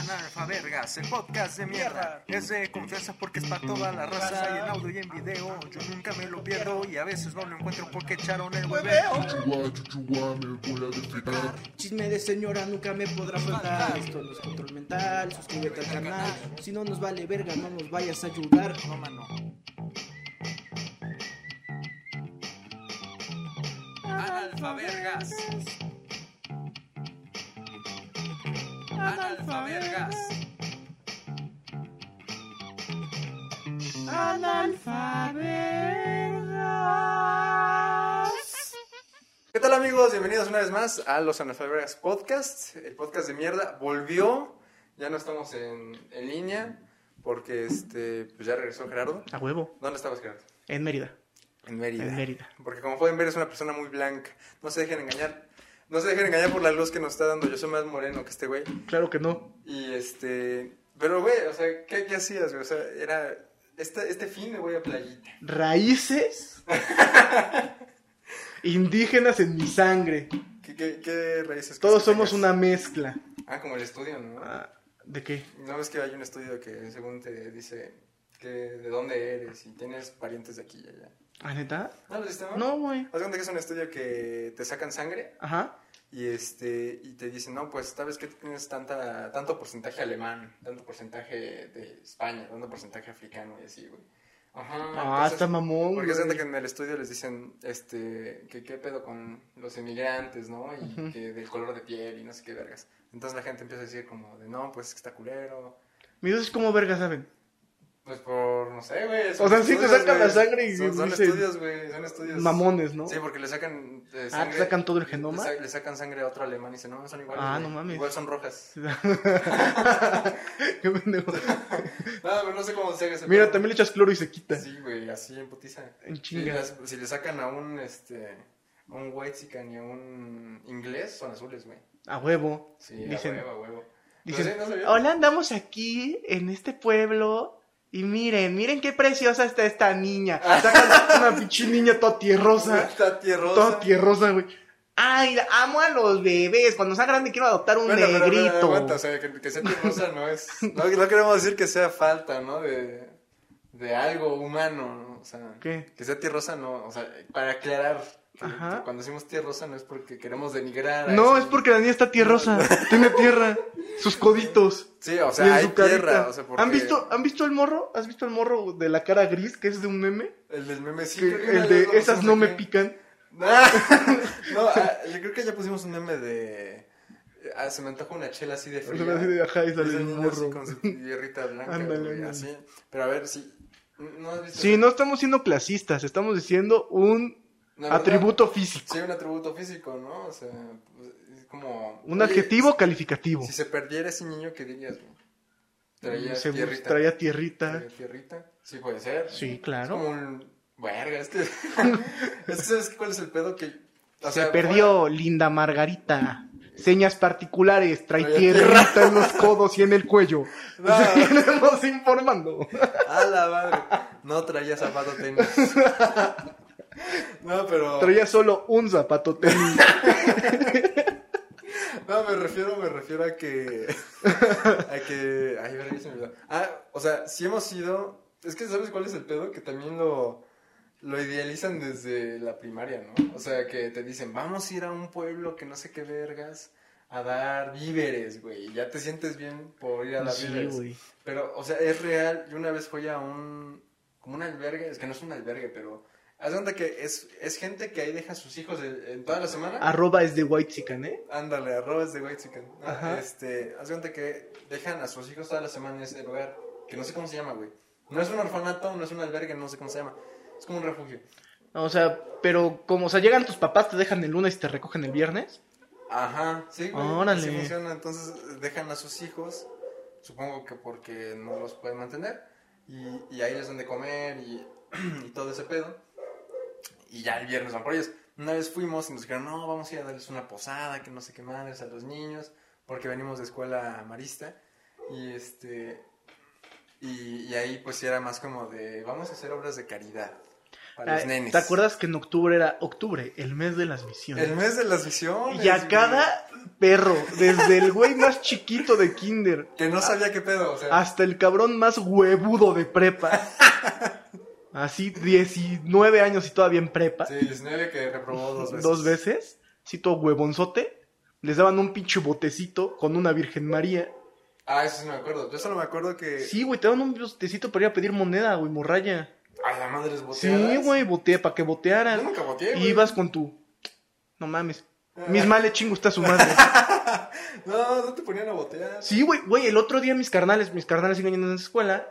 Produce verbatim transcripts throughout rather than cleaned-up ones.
Analfabergas, el podcast de mierda. Es de confianza porque es para toda la raza. Y en audio y en video yo nunca me lo pierdo. Y a veces no lo encuentro porque echaron el hueveo. Chuchuá, chuchuá, me voy a defecar. Chisme de señora nunca me podrá faltar. Esto no es control mental, suscríbete al canal. Si no nos vale verga, no nos vayas a ayudar. No, mano. Analfabergas. Analfabergas. Analfabergas. ¿Qué tal, amigos? Bienvenidos una vez más a los Analfabergas Podcast. El podcast de mierda volvió. Ya no estamos en, en línea porque este pues ya regresó Gerardo. A huevo. ¿Dónde estabas, Gerardo? En Mérida. En Mérida. En Mérida. Porque como pueden ver es una persona muy blanca. No se dejen engañar. No se dejen engañar por la luz que nos está dando. Yo soy más moreno que este güey. Claro que no. Y este... Pero, güey, o sea, ¿qué, qué hacías, güey? O sea, era... Este, este fin me voy a playita. Raíces indígenas en mi sangre. ¿Qué, qué, qué raíces? Todos que somos sacas? una mezcla. Ah, como el estudio, ¿no? Ah, ¿de qué? ¿No ves que hay un estudio que según te dice que de dónde eres y tienes parientes de aquí y allá? ¿Ah, neta? ¿No lo viste, no? No, güey. Haz de cuenta que es un estudio que te sacan sangre Ajá. y este y te dicen, no, pues sabes que tienes tanta, tanto porcentaje alemán, tanto porcentaje de España, tanto porcentaje africano y así, güey. Ajá. Ah, entonces, está mamón, porque es güey. que en el estudio les dicen, este, que qué pedo con los inmigrantes, ¿no? Y Ujú. que del color de piel y no sé qué vergas. Entonces la gente empieza a decir como de, no, pues es que está culero. Mis dos es como verga, ¿saben? Pues por, no sé, güey. O sea, sí te sacan la sangre y Son, son dicen, estudios, güey, son estudios. Mamones, ¿no? Sí, porque le sacan eh, Ah, sangre. ¿te sacan todo el genoma? Le, sa- le sacan sangre a otro alemán y dicen, no, son iguales. Ah, güey. no mames. Igual son rojas. Qué pendejo. No, pero no sé cómo se haga ese Mira, pedo. también le echas cloro y se quita. Sí, güey, así en putiza. En Si, chinga. las- si le sacan a un, este, a un whitezican y a un inglés, son azules, güey. A huevo. Sí, Dicen- a huevo, a huevo. Dicen, Pero sí, no sabía. hola, andamos aquí en este pueblo y miren, miren qué preciosa está esta niña. Sacan una pinche niña toda tierrosa, Está tierrosa. toda tierrosa, güey. Ay, amo a los bebés. Cuando sea grande quiero adoptar un Bueno, pero, pero, negrito. aguanta, o sea, que, que sea tierrosa no es... No, no queremos decir que sea falta, ¿no? De, de algo humano, ¿no? O sea, ¿Qué? que sea tierrosa no, o sea, para aclarar... Que, Ajá. que cuando decimos tierrosa no es porque queremos denigrar a No, ese- es porque la niña está tierrosa. Tiene tierra. Sus coditos. Sí, o Y sea, en hay su carita. tierra, o sea, porque... ¿Han visto, ¿Han visto el morro? ¿Has visto el morro de la cara gris que es de un meme? El del meme, sí. Que- creo que una el de vez lo esas pusimos no me aquí. pican. no, ah, yo creo que ya pusimos un meme de... Ah, se me antoja una chela así de O fría. sea, así de ajá y sale Ese el niño así morro. con su hierrita blanca, Ándale, güey, ándale. así. Pero a ver, si... ¿No has visto? Sí, no estamos siendo clasistas, estamos diciendo un La verdad, atributo físico. Sí, un atributo físico, ¿no? O sea, pues, es como... Un oye, adjetivo calificativo. Si se perdiera ese niño, ¿qué dirías, güey? Traía Se- tierrita. traía tierrita. Traía tierrita. Sí, puede ser. Sí, Es claro. como un... Verga, es que... es que ¿sabes cuál es el pedo? Que... O Se sea, perdió Linda Margarita. Señas particulares, trae Traía tierrita en los codos y en el cuello. No. Seguiremos informando. fuera- A la madre. No traía zapato tenis. No, pero... Traía solo un zapato tenis. No, me refiero, me refiero a que... A que... Ay, verga, ya se me olvidó. Ah, o sea, si hemos ido... Es que, ¿sabes cuál es el pedo? Que también lo... Lo idealizan desde la primaria, ¿no? O sea, que te dicen, vamos a ir a un pueblo que no sé qué vergas a dar víveres, güey. Y ya te sientes bien por ir a dar Sí, víveres. güey. Pero, o sea, es real. Yo una vez fui a un... Como un albergue. Es que no es un albergue, pero... Haz de cuenta que es, es gente que ahí deja a sus hijos en, en toda la semana. Arroba es de whitezican, ¿eh? Ándale, arrobas de white chicken. ¿no? Ajá. Este, haz de cuenta que dejan a sus hijos toda la semana en ese lugar. Que no sé cómo se llama, güey. No es un orfanato, no es un albergue, no sé cómo se llama. Es como un refugio. O sea, pero como, o sea, llegan tus papás, te dejan el lunes y te recogen el viernes. Ajá, sí, güey. Órale. Así funciona. Entonces dejan a sus hijos, supongo que porque no los pueden mantener, y, y ahí les dan de comer y, y todo ese pedo. Y ya el viernes van por ellos. Una vez fuimos y nos dijeron, no, vamos a ir a darles una posada, que no sé qué madres a los niños, porque venimos de escuela marista. Y este... Y, y ahí pues sí era más como de, vamos a hacer obras de caridad. Para los Ah, nenes. ¿Te acuerdas que en octubre era octubre, el mes de las misiones? El mes de las visiones. Y a güey. cada perro. Desde el güey más chiquito de kinder. Que no sabía qué pedo, o sea. Hasta el cabrón más huevudo de prepa. Así, diecinueve años y todavía en prepa. Sí, diecinueve que reprobó dos veces. Dos veces. Sí, todo huevonzote. Les daban un pinche botecito con una Virgen María. Ah, eso sí me acuerdo. Yo solo me acuerdo que... Sí, güey, te daban un botecito para ir a pedir moneda, güey, morralla. Ay, la madre es boteadas. Sí, güey, botea, para que botearan. Yo nunca boteé, Y güey. ibas con tu... No mames. Mis males chingo está su madre. No, no te ponían a botear. Sí, güey, güey, el otro día mis carnales, mis carnales siguen yendo en esa escuela,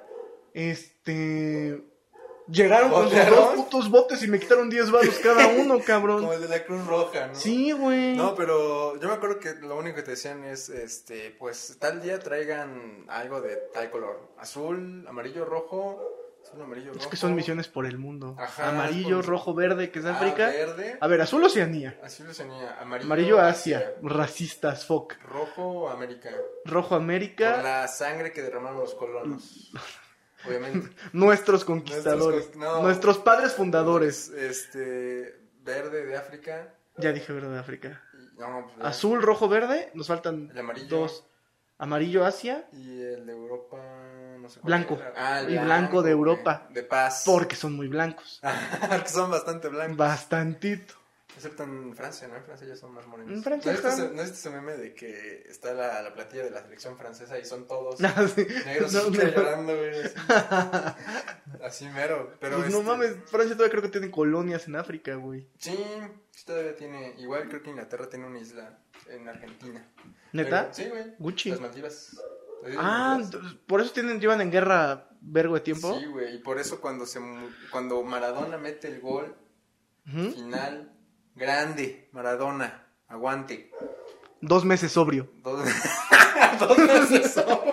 este... Llegaron con sus ¿Botearon? dos putos botes y me quitaron diez varos cada uno, Como cabrón. el de la Cruz Roja, ¿no? Sí, güey. No, pero yo me acuerdo que lo único que te decían es, este, pues tal día traigan algo de tal color. Azul, amarillo, rojo. Azul, amarillo, rojo. Es que son misiones por el mundo. Ajá, Amarillo, por- rojo, verde, que es Ah, África. verde. A ver, azul Oceanía. Azul, Oceanía. Amarillo, Amarillo Asia. Racistas, fuck. Rojo, América. Rojo Por América. la sangre que derramaron los colonos. Obviamente. Nuestros conquistadores. Nuestros con- no. Nuestros padres fundadores. Este, verde de África. Ya dije verde de África. Y, no, pues, ya. Azul, rojo, verde. Nos faltan El amarillo. dos. Amarillo Asia. Y el de Europa, no sé cuál Blanco. era. Ah, el Y blanco de Europa. De paz. Porque son muy blancos. Porque son bastante blancos. Bastantito. Excepto en Francia, ¿no? En Francia ya son más morenos. En Francia ¿No viste, están- ese, ¿No viste ese meme de que está la, la platilla de la selección francesa y son todos Ah, sí. negros No, y no. llorando, güey? Así, así mero. Pero Pues no este, mames, Francia todavía creo que tiene colonias en África, güey. Sí, sí todavía tiene. Igual creo que Inglaterra tiene una isla en Argentina. ¿Neta? Pero- sí, güey. Gucci. Las Maldivas. Las Islas Ah, Maldivas. entonces, por eso tienen, llevan en guerra vergo de tiempo. Sí, güey. Y por eso cuando, se, mu- cuando Maradona mete el gol Ujú. final, grande, Maradona, aguante. Dos meses sobrio. Dos, dos meses son.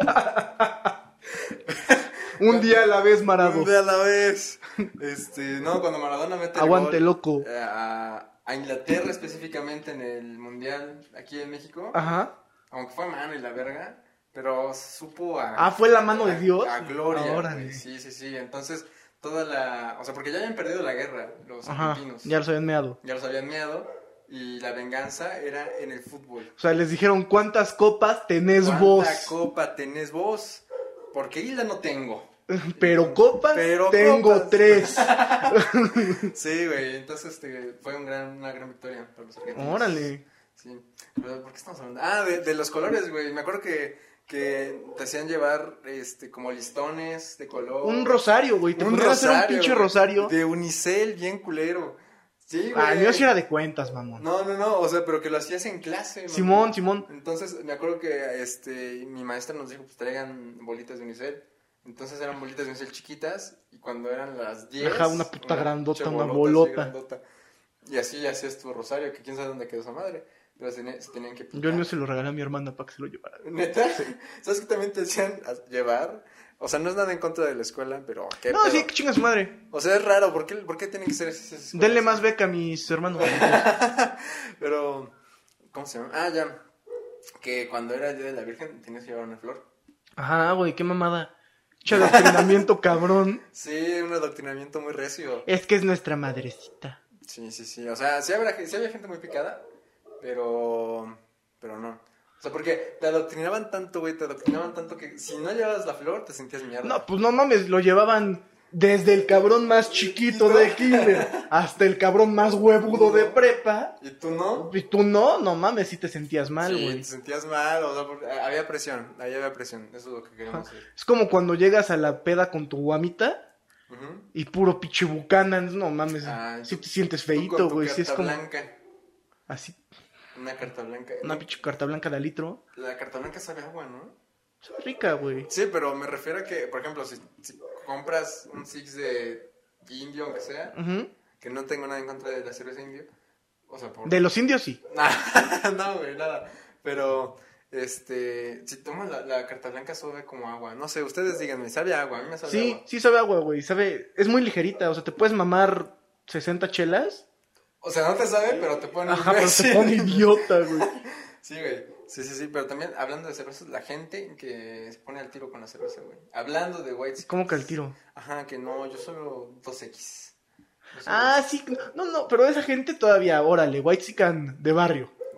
Un día a la vez, Marado. Un día a la vez. Este, no, cuando Maradona mete el Aguante, gol, loco. eh, a, a Inglaterra específicamente en el Mundial aquí en México, Ajá. aunque fue mano y la verga, pero supo a... Ah, ¿fue la mano de Dios? A, a gloria. Órale. güey. Sí, sí, sí. Entonces, toda la... O sea, porque ya habían perdido la guerra los Ajá. argentinos. Ya los habían meado. Ya los habían meado y la venganza era en el fútbol. O sea, les dijeron, ¿cuántas copas tenés ¿Cuánta vos? copa tenés vos? Porque isla no tengo. Pero copas Pero tengo copas. tres. Sí, güey. Entonces este, fue un gran, una gran victoria para los argentinos. Órale. Sí. Pero, ¿por qué estamos hablando? Ah, de, de los colores, güey. Me acuerdo que, que te hacían llevar este, como listones de color. Un rosario, güey. Te Un ponían a hacer un pinche güey. rosario. De unicel, bien culero. Sí, güey. Ah, el mío sí era de cuentas, mamón. No, no, no. O sea, pero que lo hacías en clase. mamá. Simón, Simón. Entonces, me acuerdo que este, mi maestra nos dijo, pues traigan bolitas de unicel. Entonces eran bolitas de unicel chiquitas y cuando eran las diez... Ajá, una puta grandota, pinche una así bolota. grandota. Y así hacías tu rosario, que quién sabe dónde quedó esa madre. Pero se, ne- se tenían que pintar. Yo el mío se lo regalé a mi hermana para que se lo llevara. ¿Neta? ¿Sabes que también te decían a- llevar? O sea, no es nada en contra de la escuela, pero... ¿qué No, pedo? sí, que chinga su madre. O sea, es raro. ¿Por qué, por qué tienen que ser esas escuelas? Denle más beca a mis hermanos. Pero... ¿Cómo se llama? Ah, ya. Que cuando era el Día de la Virgen tenías que llevar una flor. Ajá, güey, qué mamada. Che, adoctrinamiento cabrón. Sí, un adoctrinamiento muy recio. Es que es nuestra madrecita. Sí, sí, sí. O sea, sí había, sí había gente muy picada, pero... Pero no. O sea, porque te adoctrinaban tanto, güey, te adoctrinaban tanto que si no llevabas la flor te sentías mierda. No, pues no mames, lo llevaban desde el cabrón más chiquito de kinder hasta el cabrón más huevudo de prepa. ¿Y tú no? Y tú no, no mames, sí te sentías mal, Sí, güey. te sentías mal, o sea, porque había presión, ahí había presión, eso es lo que queríamos Ajá. hacer. Es como cuando llegas a la peda con tu guamita Ujú. y puro pinche bucanas, no mames, Ah, sí tú- te sientes Tú con feíto, tu güey, sí es carta como blanca, así, una carta blanca. una No, pinche carta blanca de a litro. la carta blanca sabe a agua, ¿no? Sabe rica, güey. Sí, pero me refiero a que, por ejemplo, si, si compras un Six de indio, aunque sea, Ujú. que no tengo nada en contra de la cerveza indio, o sea, por... De los indios sí. No, güey, nada. Pero, este, si tomas la, la carta blanca sabe como agua. No sé, ustedes díganme, ¿sabe a agua? A mí me sabe a Sí, agua. sí sabe agua, güey, sabe, es muy ligerita, o sea, te puedes mamar sesenta chelas. O sea, no te sabe, pero te pone... Ajá, pero se imbécil. pone idiota, güey. Sí, güey. Sí, sí, sí. Pero también, hablando de cervezas, la gente que se pone al tiro con la cerveza, güey. Hablando de white... ¿Cómo que al tiro? Ajá, que no, yo solo dos equis. Yo solo Ah, sí, no, no, pero esa gente todavía, órale, white chican de barrio.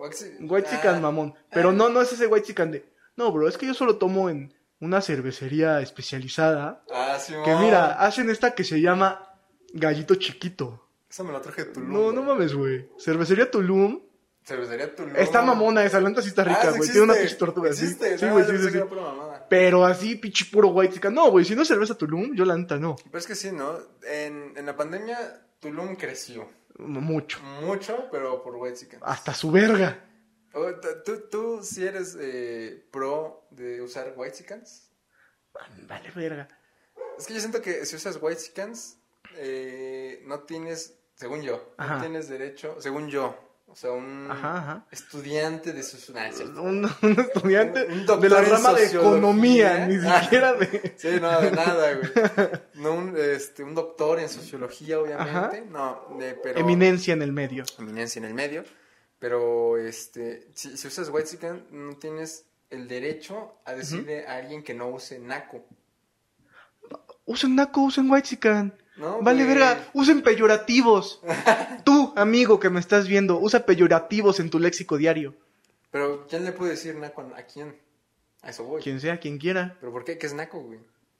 Waxi- Whitezican ah, mamón. Pero no, no es ese Whitezican de... No, bro, es que yo solo tomo en una cervecería especializada. Ah, sí, Que mira, hacen esta que se llama Gallito Chiquito. Esa me la traje de Tulum. No, no güey. mames, güey. Cervecería Tulum. Cervecería Tulum. Está mamona esa, la neta sí está rica, Ah, güey. sí Tiene una existe. pinche tortuga así. Existe. Sí, No, güey, yo sí, pensé sí, que sí. era pura mamada. Pero así, pinche puro Whitezican. No, güey, si no es cerveza Tulum, yo la neta no. Pero es que sí, ¿no? En, en la pandemia, Tulum creció. Mucho. Mucho, pero por Whitezican. Hasta su verga. Oh, t- ¿Tú, tú sí eres eh, pro de usar Whitezicans? Vale, verga. Es que yo siento que si usas Whitezicans, eh, no tienes, según yo, Ajá. no tienes derecho, según yo, o sea, un Ajá, ajá. estudiante de sus... nah, es cierto. Un, un estudiante Un- un doctor de la en rama de sociología. economía, ni Ah. siquiera de... Sí, no, de nada, güey. No un, este, un doctor en sociología, obviamente. Ajá. No, de, pero... Eminencia en el medio. Eminencia en el medio. Pero, este, si, si usas Whitezican, no tienes el derecho a decirle a alguien que no use naco. Usen naco, usen Whitezican. No, Vale, güey. verga, usen peyorativos. Tú, amigo que me estás viendo, usa peyorativos en tu léxico diario. Pero, ¿quién le puede decir naco a, a quién? A eso voy. Quien sea, quien quiera. ¿Pero por qué? ¿Qué es naco, güey?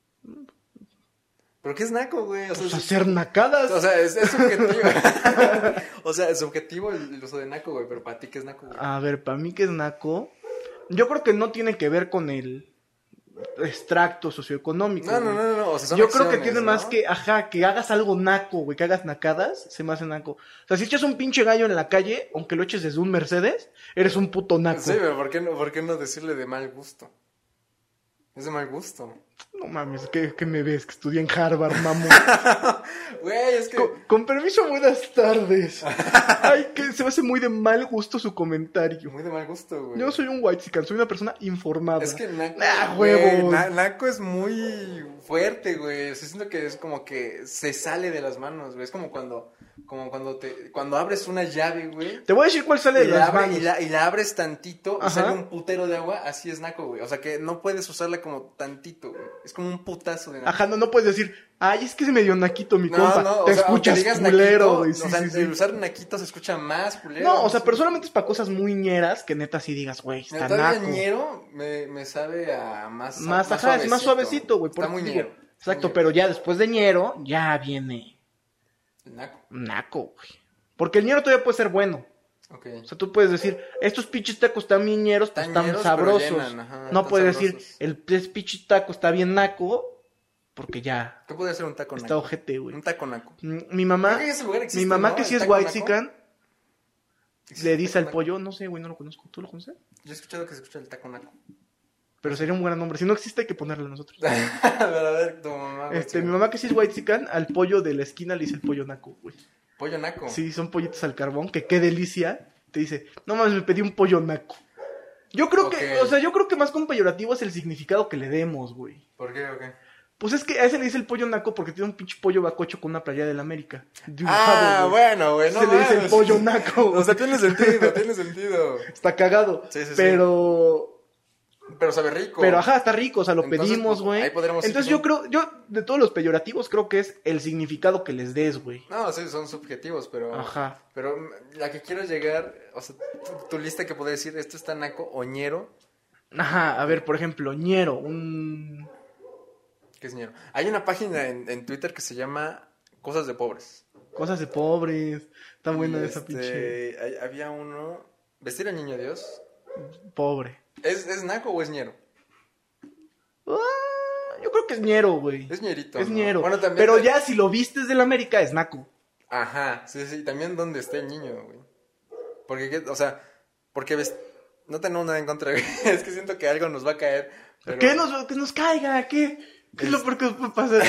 ¿Pero qué es naco, güey? O sea, Pues es- hacer nacadas. o sea, es, es subjetivo. O sea, es subjetivo el, el uso de naco, güey. Pero para ti, ¿qué es naco, güey? A ver, para mí que es naco, yo creo que no tiene que ver con el extracto socioeconómico. No, no, güey. no, no, no. O sea, son Yo creo que acciones, tiene ¿no? más que, ajá, que hagas algo naco, güey, que hagas nacadas, se me hace naco. O sea, si echas un pinche gallo en la calle, aunque lo eches desde un Mercedes, eres un puto naco. Sí, pero ¿por qué, no, ¿por qué no decirle de mal gusto? Es de mal gusto. No mames, ¿qué, qué me ves? Que estudié en Harvard, mamón. Güey, es que... con, con permiso, buenas tardes. Ay, que se me hace muy de mal gusto su comentario. Muy de mal gusto, güey. Yo no soy un whitezican, soy una persona informada. Es que naco, Ah, güey, huevos. na- naco es muy fuerte, güey. O sea, siento que es como que se sale de las manos, güey. Es como cuando, como cuando te, cuando abres una llave, güey. Te voy a decir cuál sale Y de la, las abre- manos. y, la, y la abres tantito y Ajá. sale un putero de agua, así es naco, güey. O sea que no puedes usarla como tantito, güey. Es como un putazo de naco. Ajá, no, no puedes decir, ay, es que se me dio naquito mi No, compa. no, o Te sea, aunque escuchas digas culero, naquito, güey. Sí, o sea, sí, sí. el usar naquito se escucha más culero. No, o sea, sí. pero solamente es para cosas muy ñeras que neta sí digas, güey, Mira, está todavía naco. ñero me, me sabe a más Más, ajá, es más suavecito, güey. por Está eso muy te ñero. digo. Exacto, pero ya después de ñero, ya viene Naco, naco, güey. Porque el ñero todavía puede ser bueno. ok. O sea, tú puedes decir, estos pinches tacos están bien ñeros, pues Están están ñeros, pero sabrosos. llenan, ajá, no están puedes sabrosos. decir, el pez pinche taco está bien naco, porque ya ¿Qué puede ser un taco está naco? ojete, güey. Un taco naco. Mm, Mi mamá, Creo que ese lugar existe, mi mamá ¿no? que El sí es taco white naco. chican, ¿Existe le el dice taco al naco? pollo, no sé, güey, no lo conozco. ¿Tú lo conoces? Yo he escuchado que se escucha el taco naco. Pero sería un buen nombre. Si no existe, hay que ponerlo nosotros. a ver, a ver, tu mamá. güey, Este, sí. mi mamá que sí es white chican, al pollo de la esquina le dice el pollo naco, güey. Pollo naco. Sí, son pollitos al carbón, que qué delicia. Te dice, no mames, me pedí un pollo naco. Yo creo que, Ok. o sea, yo creo que más con peyorativo es el significado que le demos, güey. ¿Por qué o qué? Pues es que a ese le dice el pollo naco porque tiene un pinche pollo bacocho con una playa del América. Dibujado, Ah, güey. bueno, güey, no Se le dice el mames. pollo naco. O sea, tiene sentido, tiene sentido. Está cagado. Sí, sí, sí. pero, Pero sabe rico. pero ajá, está rico, o sea, lo Entonces, pedimos, pues, güey. ahí podríamos Entonces decir yo que creo, yo de todos los peyorativos creo que es el significado que les des, güey. No, sí, son subjetivos, pero... Ajá. Pero mm, la que quiero llegar, o sea, tu, tu lista que puede decir, esto está naco o ñero, Ajá, a ver, por ejemplo, ñero, un... ¿qué es ñero? Hay una página en, en Twitter que se llama Cosas de Pobres. Cosas de pobres. Está buena Y, esa este, pinche hay- había uno, vestir al niño Dios. pobre. ¿Es, ¿Es naco o es ñero? Ah, yo creo que es ñero, güey. Es ñerito, Es ¿no? ñero. Bueno, también Pero te- ya si lo vistes del América es naco. Ajá, sí, sí, también donde esté el niño, güey. Porque, ¿qué? O sea, porque ves... No tengo nada en contra, güey. Es que siento que algo nos va a caer. Pero... ¿Qué nos, que nos caiga? ¿Qué? ¿Qué es lo peor que nos puede pasar?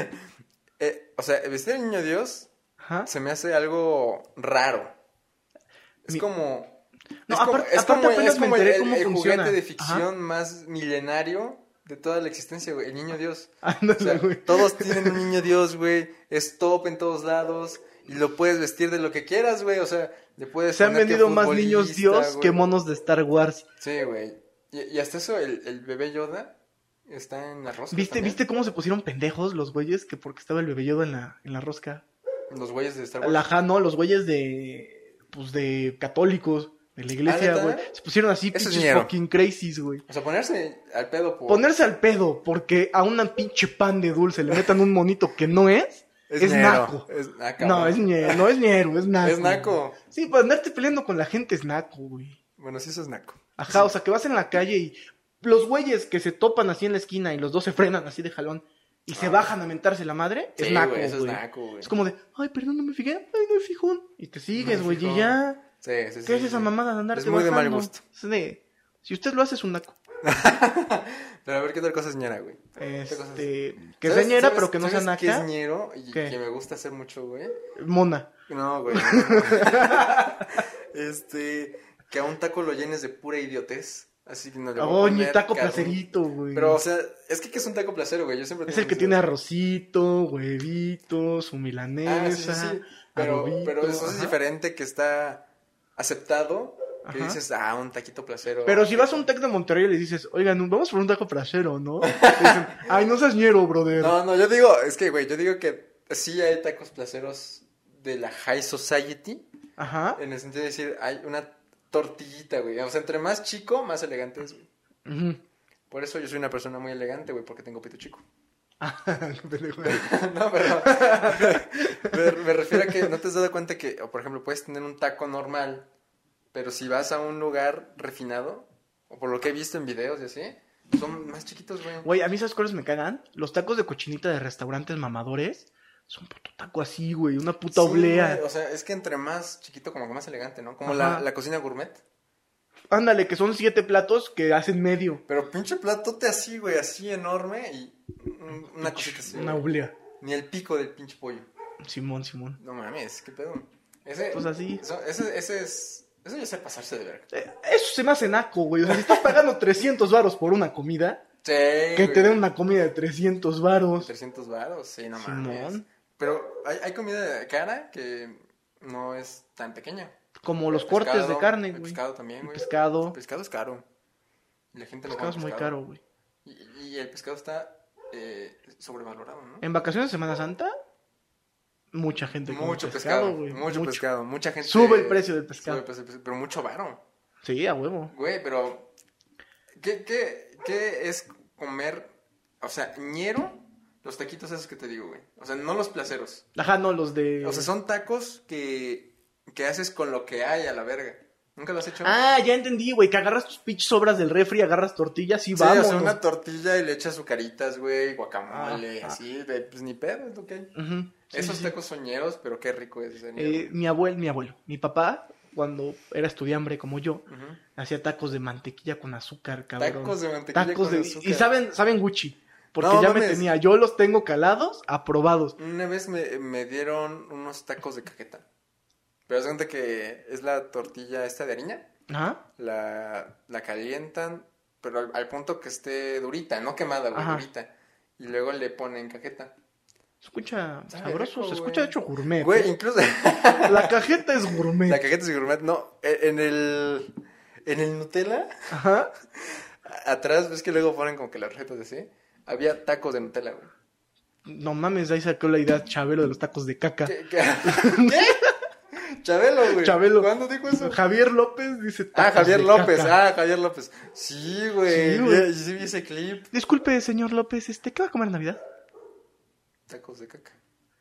Eh, o sea, vestir al niño Dios Ajá. se me hace algo raro. Es Mi- como... No, es como, aparte- es aparte como, apenas es me como el, enteré el- cómo el funciona. juguete de Ajá. ficción más milenario de toda la existencia, güey. El niño Dios. O Ándale, sea, güey. todos tienen un niño Dios, güey. Es top en todos lados. Y lo puedes vestir de lo que quieras, güey. O sea, le puedes Se han poner que vendido más niños futbolista, Dios güey. que monos de Star Wars. Sí, güey. Y, y hasta eso, el, el bebé Yoda está en la rosca ¿Viste, también. ¿Viste cómo se pusieron pendejos los güeyes? Que porque estaba el bebé Yoda en la, en la rosca. Los güeyes de Star Wars. La ajá, no, los güeyes de... Pues de católicos. de la iglesia, ¿Ah, güey. neta? Se pusieron así Eso es pinches ñero. fucking crazies, güey. O sea, ponerse al pedo por... Ponerse al pedo porque a una pinche pan de dulce le metan un monito que no es, es, ñero. naco. Es, ah, No, cabrón. es ñero, no es ñero, es naco. Es naco. Sí, pues andarte peleando con la gente es naco, güey. Bueno, sí, eso es naco. Ajá, o sea, que vas en la calle y los güeyes que se topan así en la esquina y los dos se frenan así de jalón y se Ah. bajan a mentarse la madre, es Sí, naco, güey, eso es güey. naco, güey. Es como de, ay, perdón, no me fijé, ay, no es fijón. Y te sigues, No, güey, y fijón. ya. Sí, sí, sí. ¿Qué es sí, esa sí. mamada de andarte Es muy de mal bajando? gusto. Es de, si usted lo hace es un naco. Pero a ver, ¿qué otra cosa es ñera, güey? Este, que ¿Sabes- sea ñera, sabes- pero que no sea ¿sabes qué es naca. ñero y ¿Qué? que me gusta hacer mucho, güey? Mona. No, güey. este, que a un taco lo llenes de pura idiotez. Así que no le voy a Oh, ni poner taco carne. placerito, güey. Pero, o sea, es que ¿qué es un taco placero, güey? Yo siempre Es tengo el que ese- tiene arrocito, huevitos, su milanesa. Ah, sí, sí, sí. Pero, adobito, pero eso es ajá. diferente que está aceptado. Que Ajá. dices, ah, un taquito placero. Pero si vas a un tec de Monterrey y le dices, oigan, vamos por un taco placero, ¿no? Te dicen, ay, no seas ñero, brother. No, no, yo digo, es que, güey, yo digo que sí hay tacos placeros de la high society. Ajá. En el sentido de decir, hay una tortillita, güey. O sea, entre más chico, más elegante es, güey. Ujú. Por eso yo soy una persona muy elegante, güey, porque tengo pito chico. Qué pendejo. No, pero me, me refiero a que no te has dado cuenta que, o por ejemplo, puedes tener un taco normal, pero si vas a un lugar refinado, o por lo que he visto en videos y así, son más chiquitos, güey. Güey, a mí esas cosas me cagan. Los tacos de cochinita de restaurantes mamadores son puto taco así, güey. Una puta Sí, oblea. güey, o sea, es que entre más chiquito, como que más elegante, ¿no? Como Ajá. la, la cocina gourmet. Ándale, que son siete platos que hacen medio. Pero pinche platote así, güey, así enorme y un- una cosita así. Una güey. oblea. Ni el pico del pinche pollo. Simón, Simón. No mames, qué pedo. Ese, Pues así. Eso, ese, ese es. Eso ya es pasarse de verga. Eh, Eso se me hace naco, güey. O sea, si estás pagando trescientos varos por una comida, Sí. que güey. te den una comida de trescientos varos. trescientos varos, sí, no Simón. mames. Pero hay, hay comida cara que no es tan pequeña. Como los El cortes pescado, de carne, El güey. pescado también, El güey. pescado. El pescado es caro. Y la gente El no pescado es come muy pescado. caro, güey. Y, y el pescado está eh, sobrevalorado, ¿no? En vacaciones de Semana Santa, mucha gente come Mucho pescado, güey. mucho, pescado. Mucha gente. Sube el precio del sube pescado. el precio del pescado, pero mucho varo. Sí, a huevo. Güey, pero. ¿Qué, qué, qué es comer? O sea, ñero, los taquitos esos que te digo, güey. O sea, no los placeros. Ajá, no, los de... O sea, son tacos que, que haces con lo que hay a la verga. ¿Nunca lo has hecho? Ah, ya entendí, güey, que agarras tus pinches sobras del refri, agarras tortillas y sí, vamos. o sea, una tortilla y le echas azucaritas, güey, guacamole, Ah, ah. así, de, pues ni pedo, es lo que hay. Ujú, sí, Esos sí, sí. tacos soñeros, pero qué rico es ese ñero. Eh, mi abuelo, mi abuelo, mi papá, cuando era estudiambre como yo, Ujú. hacía tacos de mantequilla con azúcar, cabrón. Tacos de mantequilla Tacos con de... azúcar. Y saben, saben Gucci, porque No, ya me mames. tenía, yo los tengo calados, aprobados. Una vez me, me dieron unos tacos de cajeta. Pero haz cuenta que es la tortilla esta de harina. Ajá. La, la calientan, pero al, al punto que esté durita, no quemada, güey, Ajá. durita. Y luego le ponen cajeta. Se escucha Sabe sabroso, rico, se güey. escucha hecho gourmet. Güey, ¿eh? incluso La cajeta es gourmet. la cajeta es gourmet, no, en el en el Nutella, Ajá. atrás, ves que luego ponen como que las recetas así, había tacos de Nutella, güey. No mames, de ahí sacó la idea Chabelo de los tacos de caca. ¿Qué? ¿Qué? ¿Qué? Chabelo, güey. Chabelo. ¿Cuándo dijo eso? Javier López dice Ah, tacos Javier de López, caca. ah, Javier López. Sí, güey, Sí, güey. vi- sí vi ese clip. Disculpe, señor López, este, ¿qué va a comer en Navidad? Tacos de caca.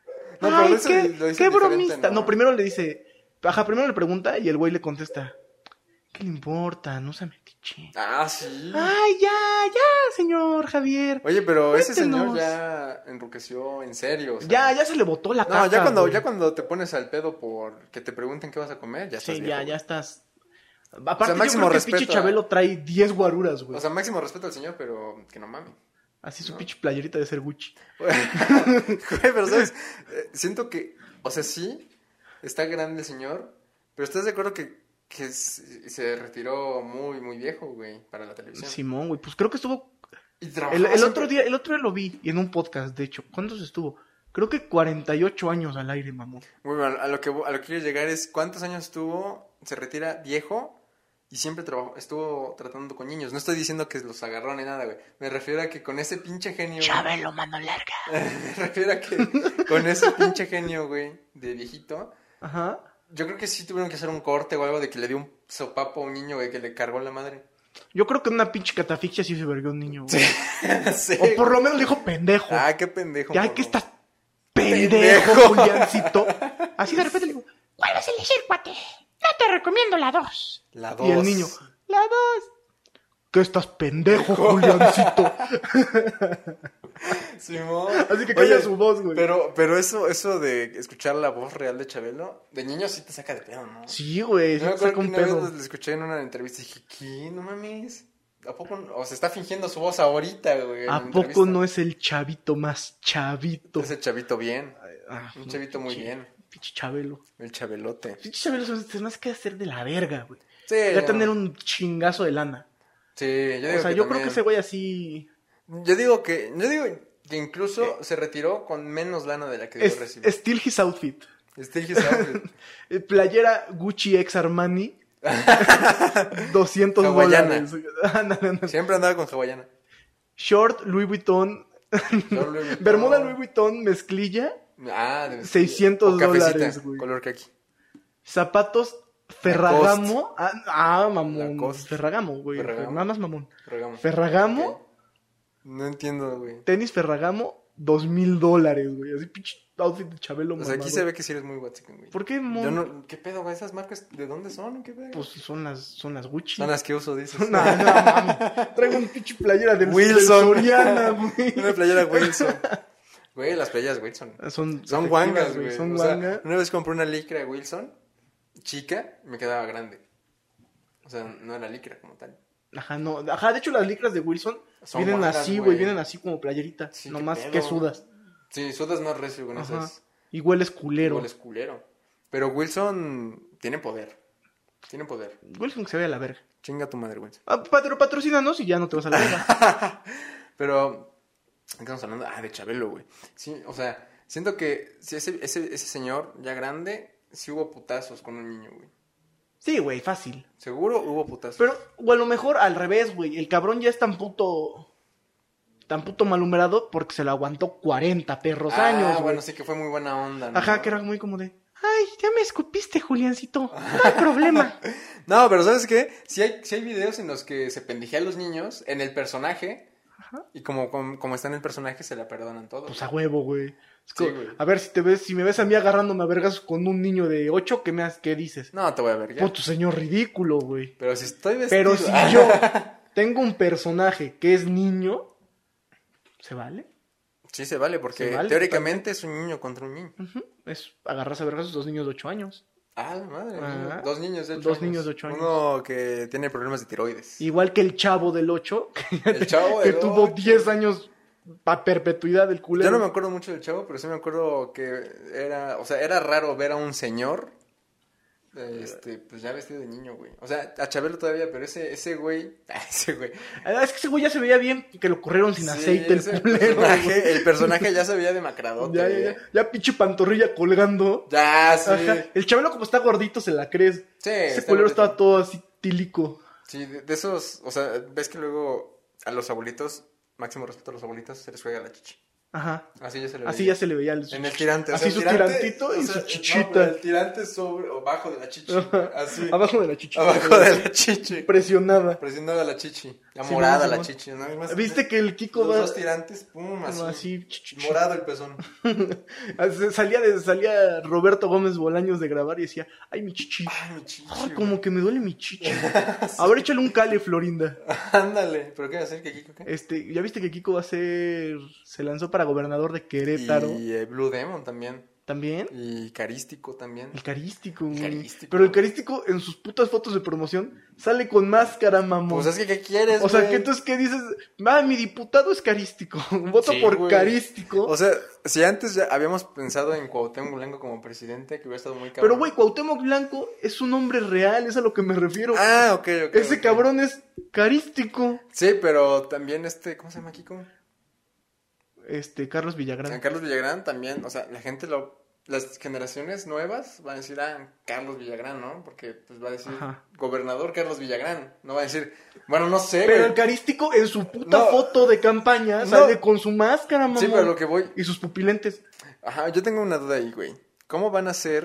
Ay, lo hizo- qué, lo hizo qué diferente, bromista. No. primero le dice, ajá, primero le pregunta y el güey le contesta, ¿qué le importa? No se metiche. Ah, sí. Ay, ya, ya, señor Javier. Oye, pero ese señor Cuéntenos. ya enruqueció en serio. O sea, Ya, ya se le botó la caca. No, ya cuando, güey. ya cuando te pones al pedo por que te pregunten qué vas a comer, ya estás Sí, viejo, ya, güey. ya estás. Aparte, O sea, máximo yo creo que el respeto pinche a- Chabelo trae diez guaruras, güey. O sea, máximo respeto al señor, pero que no mames. Así su no. pinche playerita de ser Gucci. Güey, pero sabes, Eh, siento que, o sea, sí, está grande el señor, pero ¿estás de acuerdo que, que se se retiró muy, muy viejo, güey, para la televisión? Simón, güey, pues creo que estuvo. Y El, trabajaba el siempre- otro día, el otro día lo vi y en un podcast, de hecho. ¿Cuántos estuvo? Creo que cuarenta y ocho años al aire, mamón. Muy bueno, a lo que a lo que quiero llegar es cuántos años estuvo, se retira viejo y siempre trabajó, estuvo tratando con niños. No estoy diciendo que los agarró ni nada, güey. Me refiero a que con ese pinche genio. Chabelo, mano larga. Me refiero a que con ese pinche genio, güey, de viejito, Ajá. Yo creo que sí tuvieron que hacer un corte o algo de que le dio un sopapo a un niño, güey, que le cargó la madre. Yo creo que en una pinche catafixia sí se vergó un niño, güey. Sí. O por lo menos le dijo pendejo. Ah, qué pendejo. Ya morro. que estás pendejo, Pendejo. Juliancito. Así de repente le digo, ¿cuál vas a elegir, cuate? No te recomiendo la dos. La dos. Y el niño, la dos. ¿Qué estás pendejo, Juliancito? Simón. Así que Oye, calla su voz, güey. Pero, pero eso, eso de escuchar la voz real de Chabelo, de niño sí te saca de pedo, ¿no? Sí, güey, Yo sí me te acuerdo saca que un una pedo. vez lo escuché en una entrevista y dije, ¿qué? No mames. ¿A poco? no? O se está fingiendo su voz ahorita, güey. en ¿A la poco entrevista. no es el chavito más chavito? Ese chavito bien. Ah, Un chavito muy pinche- bien. Pinche Chabelo. El Chabelote. Pinche Chabelo se se me hace que hacer de la verga, güey. Sí, Ya yo- tener un chingazo de lana. Sí, yo digo O sea, que yo creo también- que ese güey así... Yo digo que... Yo digo que incluso se retiró con menos lana de la que debió Es, recibir. still his outfit. Still his outfit. Eh, Playera Gucci ex Armani. doscientos Hawaiana. dólares. Ándale, ándale. Siempre andaba con hawaiana. Short Louis Vuitton. Yo Louis Vuitton. Bermuda Louis Vuitton mezclilla. Ah, de seiscientos o cafecita, dólares, güey. color kaki. Zapatos Ferragamo. Ah, ah, mamón. Lacoste. Ferragamo, güey. Ferragamo. Nada más mamón. Ferragamo. Ferragamo. Ok. No entiendo, güey. Tenis Ferragamo. Dos mil dólares, güey. Así pinche outfit de Chabelo. O sea, aquí mamador. se ve que sí eres muy guachican, güey. ¿Por qué, mon? Yo no... ¿Qué pedo, güey? ¿Esas marcas de dónde son? ¿Qué pedo? Pues son las, son las Gucci. Son las que uso, dices. No, no, mami. Traigo un pinche playera del Wilson. del Soriana, güey. Una playera Wilson. Güey, las playeras Wilson. Son, Son efectivas, guangas, güey. Son O sea, guangas. una vez compré una licra Wilson, chica, y me quedaba grande. O sea, no era licra como tal. Ajá, no. Ajá, de hecho las licras de Wilson Son vienen guangas, así, güey. güey. Vienen así como playerita. Sí, qué nomás pedo. que sudas. Sí, sudas más recio con Ajá. esas. Y hueles culero. Igual es culero. Pero Wilson tiene poder. Tiene poder. Wilson que se ve a la verga. Chinga tu madre, Wilson. Ah, pero patrocínanos y ya no te vas a la verga. Pero, ¿de qué estamos hablando? Ah, de Chabelo, güey. Sí, o sea, siento que si ese, ese, ese señor ya grande, sí hubo putazos con un niño, güey. Sí, güey, fácil. Seguro hubo putazos. Pero, o a lo mejor al revés, güey. El cabrón ya es tan puto. Tan puto malhumorado porque se lo aguantó cuarenta perros ah, años, güey. bueno, sí que fue muy buena onda, ¿no? Ajá, que era muy como de. Ay, ya me escupiste, Juliancito. No hay problema. No, pero ¿sabes qué? Si hay, sí hay videos en los que se pendejea a los niños en el personaje. Ajá. Y como, como, como está en el personaje, se la perdonan todo. Pues a huevo, güey. Es Sí, como, güey. a ver, si te ves, si me ves a mí agarrándome a vergas con un niño de ocho, ¿qué me has- qué dices? No, te voy a ver ya. Puto señor ridículo, güey. Pero si estoy vestido... Pero si yo tengo un personaje que es niño, ¿se vale? Sí se vale, porque Se vale, teóricamente es un niño contra un niño. Ujú. Es agarrarse a vergas a dos niños de ocho años. Ah, la madre. Ajá. niño. Dos niños de ocho Dos años. niños de ocho años. Uno que tiene problemas de tiroides. Igual que el chavo del ocho, que, El chavo que del tuvo ocho. diez años a perpetuidad del culero. Yo no me acuerdo mucho del chavo, pero sí me acuerdo que era... O sea, era raro ver a un señor... Este, pues ya vestido de niño, güey. O sea, a Chabelo todavía, pero ese, ese güey... Ese güey... Ah, es que ese güey ya se veía bien que lo corrieron sin Sí, aceite el ese culero. personaje- güey. el personaje ya se veía demacradote. Ya, ya, ya, ya pinche pantorrilla colgando. Ya, sí. Ajá. El Chabelo como está gordito se la crees. Sí, Ese está culero gordito. estaba todo así tílico. Sí, de, de esos, o sea, ves que luego a los abuelitos, máximo respeto a los abuelitos, se les juega la chichi. Ajá. Así ya se le Así veía. ya se le veía el... En el tirante. o Así sea, su el tirante, tirantito y o sea, su no, chichita. pero el tirante sobre o bajo de la chichi. Así. Abajo de la chichi. Abajo de la chichi. Presionada. Presionada la chichi. La Sí, morada sí, la sí. chichi. ¿no? Además, ¿Viste que el Kiko los va- dos tirantes, pum, así. Así, ch- ch- ch- Morado el pezón. salía, de, salía Roberto Gómez Bolaños de grabar y decía, ay, mi chichi. Ay, mi chichi. Ay, güey. como que me duele mi chichi. A ver, échale un cale, Florinda. Ándale. ¿Pero qué va a hacer que Kiko qué? Este, ¿ya viste que Kiko va a ser... Se lanzó para gobernador de Querétaro? Y eh, Blue Demon también. ¿También? Y Carístico también. El carístico, güey. Carístico. Pero el carístico en sus putas fotos de promoción sale con máscara, mamón. Pues es que, ¿qué quieres, o sea, güey? que entonces, ¿qué dices? Ah, mi diputado es carístico. Voto Sí, por güey. carístico. O sea, si antes ya habíamos pensado en Cuauhtémoc Blanco como presidente, que hubiera estado muy cabrón. Pero, güey, Cuauhtémoc Blanco es un hombre real, es a lo que me refiero. Ah, ok, ok. Ese ok. cabrón es carístico. Sí, pero también este, ¿cómo se llama Kiko? Este, Carlos San Villagrán. Carlos Villagrán también, o sea, la gente lo... Las generaciones nuevas van a decir, ah, Carlos Villagrán, ¿no? Porque pues va a decir, Ajá. gobernador Carlos Villagrán. No va a decir, bueno, no sé, Pero güey. el carístico en su puta No. foto de campaña No. sale con su máscara, mamón. Sí, pero lo que voy... Y sus pupilentes. Ajá, yo tengo una duda ahí, güey. ¿Cómo van a hacer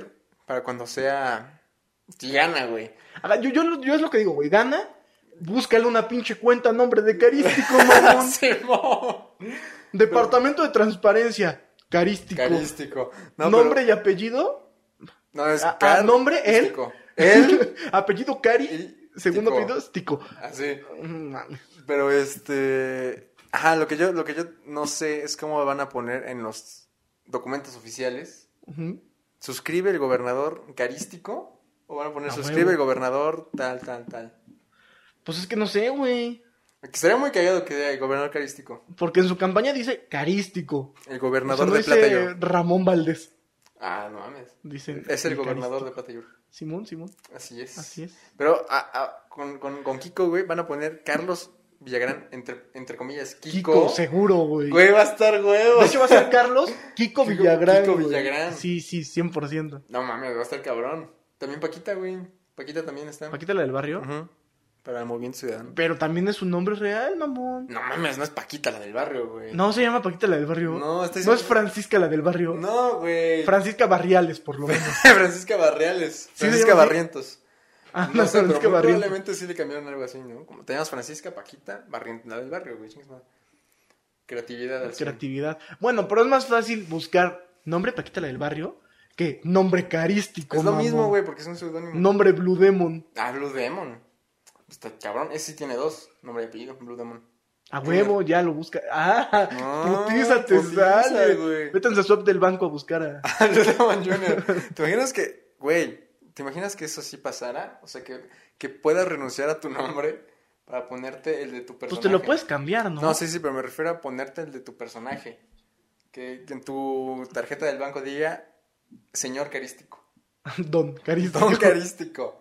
para cuando sea... Si gana, güey. Ahora, yo, yo, yo es lo que digo, güey. Gana, búscale una pinche cuenta a nombre de Carístico, mamón. Simón. Departamento de Transparencia, Carístico. Carístico. No, Nombre pero- y apellido. No, es A- a car- nombre, él. Tico. Él. Apellido Cari. Y Segundo Tico. apellido, Stico. Así. Mm, mames. Pero este... Ajá, lo que yo, lo que yo no sé es cómo van a poner en los documentos oficiales. Ujú. ¿Suscribe el gobernador Carístico? ¿O van a poner A suscribe huevo. el gobernador tal, tal, tal? Pues es que no sé, güey. Que sería muy cagado que diga el gobernador Carístico. Porque en su campaña dice Carístico. El O gobernador sea, no de dice Platayor. Ramón Valdés. Ah, no mames. Dicen. Es el sí, gobernador de Carístico. Platayor. Simón, Simón. Así es. Así es. Pero a- a- con, con, con Kiko, güey, van a poner Carlos Villagrán, entre, entre comillas, Kiko. Kiko, seguro, güey. Güey, va a estar huevo. De hecho va a ser Carlos Kiko Kiko- Villagrán. Kiko güey. Villagrán. Sí, sí, cien por ciento. No mames, va a estar cabrón. También Paquita, güey. Paquita también está. Paquita la del barrio. Ujú. Para el Movimiento Ciudadano. Pero también es un nombre real, mamón. No mames, no es Paquita la del barrio, güey. No se llama Paquita la del barrio. No, está No diciendo- es Francisca la del barrio. No, güey. Francisca Barriales, por lo menos. Francisca Barriales. se Francisca llama así? Barrientos. Ah, No sé, pero Francisca muy Barriales. probablemente sí le cambiaron algo así, ¿no? Como te llamas Francisca, Paquita, Barrientos, la del barrio, güey. chingues madre. Creatividad al cien. Creatividad. Bueno, pero es más fácil buscar nombre Paquita la del barrio que nombre carístico. Es lo mamón. mismo, güey, porque es un seudónimo. Nombre Blue Demon. Ah, Blue Demon. Está cabrón. Ese sí tiene dos. Nombre y apellido, Blue Demon. A huevo, ya lo busca. Ah, No, putiza te putiza, sale. güey. Vete en la swap del banco a buscar a. Ah, Blue Demon junior ¿Te imaginas que, güey, te imaginas que eso sí pasara? O sea, que, que puedas renunciar a tu nombre para ponerte el de tu personaje. Pues te lo puedes cambiar, ¿no? No, sí, sí, pero me refiero a ponerte el de tu personaje. Que, que en tu tarjeta del banco diga señor carístico. Don carístico. Don carístico.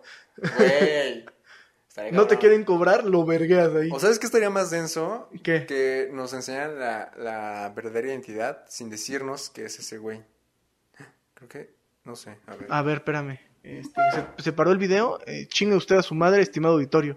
Güey. Estaría No te cabrón. quieren cobrar, lo vergueas ahí. ¿O sabes qué estaría más denso? ¿Qué? Que nos enseñan la, la verdadera identidad sin decirnos que es ese güey. Creo que, no sé, a ver. A ver, espérame. Este, se, se paró el video. Eh, chingue usted a su madre, estimado auditorio.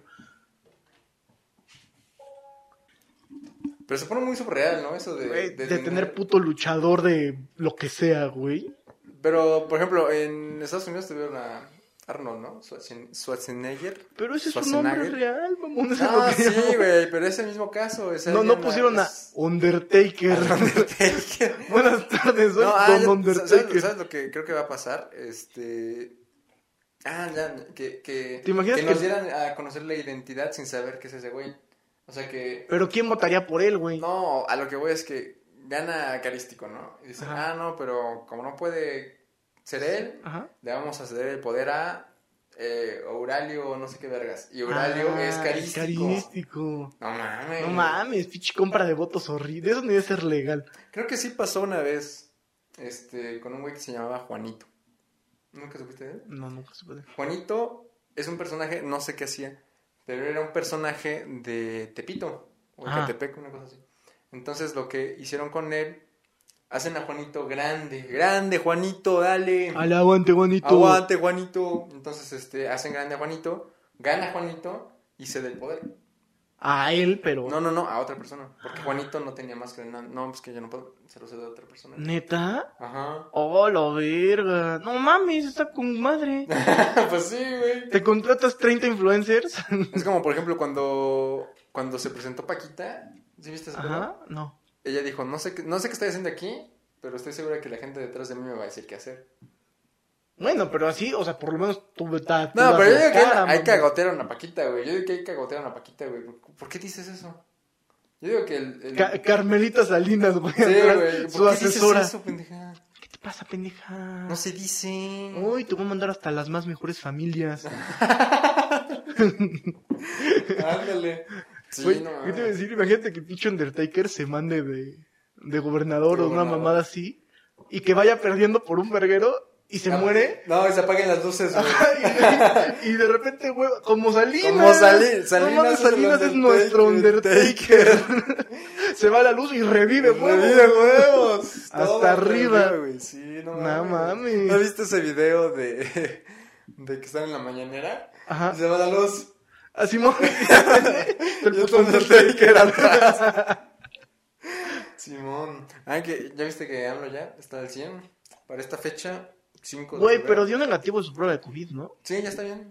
Pero se pone muy surreal, ¿no? Eso de... Güey, de tener puto luchador de lo que sea, güey. Pero, por ejemplo, en Estados Unidos tuvieron a Arnold, ¿no? Schwarzen- Schwarzenegger. Pero ese es un nombre Schwarzenegger. real, mamón. eso es No, lo que sí, llamo. güey, pero es el mismo caso. Es No, alguien no pusieron a es- Undertaker. Undertaker. Buenas tardes, soy No, ah, Don ya- Undertaker. ¿sabes, ¿Sabes lo que creo que va a pasar? Este... Ah, ya, que, que, ¿Te imaginas que que- nos dieran a conocer la identidad sin saber qué es ese güey. O sea que... Pero ¿quién votaría por él, güey? No, a lo que voy es que gana Carístico, ¿no? Y dicen, Ajá. ah, no, pero como no puede ser él, Ajá. le vamos a ceder el poder a eh, Aurelio, no sé qué vergas. Y Aurelio Ah, es Carístico. Carístico. No mames. No mames, pinche compra de votos horrible. Eso no debe ser legal. Creo que sí pasó una vez este, con un güey que se llamaba Juanito. ¿Nunca supiste de él? No, nunca se puede. Juanito es un personaje, no sé qué hacía, pero era un personaje de Tepito o Ah. Ecatepec, una cosa así. Entonces lo que hicieron con él, hacen a Juanito grande, grande Juanito, dale, Al aguante, bonito. aguante Juanito. Entonces este, hacen grande a Juanito, gana Juanito y cede el poder. A él, pero. No, no, no, a otra persona, porque Juanito no tenía más que nada. No, pues que yo no puedo, se lo cedo a otra persona. ¿Neta? Ajá. Oh, la verga. No mames, está con madre. Pues sí, güey. ¿Te contratas treinta influencers? Es como, por ejemplo, cuando, cuando se presentó Paquita, ¿sí viste ese pedo? Ajá, no. Ella dijo, no sé, qué, no sé qué estoy haciendo aquí, pero estoy segura que la gente detrás de mí me va a decir qué hacer. Bueno, pero así, o sea, por lo menos tú estás. No, pero yo digo que hay que agotear a Paquita, güey. Yo digo que hay que agotear a Paquita, güey. ¿Por qué dices eso? Yo digo que el... el... Ca- Carmelita Salinas, güey. Sí, güey. ¿Por Su qué asesora. dices eso, pendeja? ¿Qué te pasa, pendeja? No se dice. Uy, te voy a mandar hasta las más mejores familias. Ándale. Sí, Güey, no ¿qué te iba a mames. decir? Imagínate que pinche Undertaker se mande de, de gobernador De o una gobernador. mamada así y que vaya perdiendo por un verguero y se Ah, muere. No, y se apaguen las luces, güey. y, y de repente, güey, como Salinas. Como Sali- No Salinas mames, es el Salinas es Undertaker. nuestro Undertaker. se va la luz y revive, güey. Revive huevos. Hasta Todo arriba. revive, güey. Sí, no No mames. mames. ¿No viste ese video de, de que están en la mañanera? Ajá. Y se va la luz. Así mo- El Y puto otro Undertaker Undertaker. atrás. Simón. Ah, que ya viste que AMLO ya está al cien. Para esta fecha, cinco de Güey, febrero. pero dio negativo de su prueba de COVID, ¿no? Sí, ya está bien.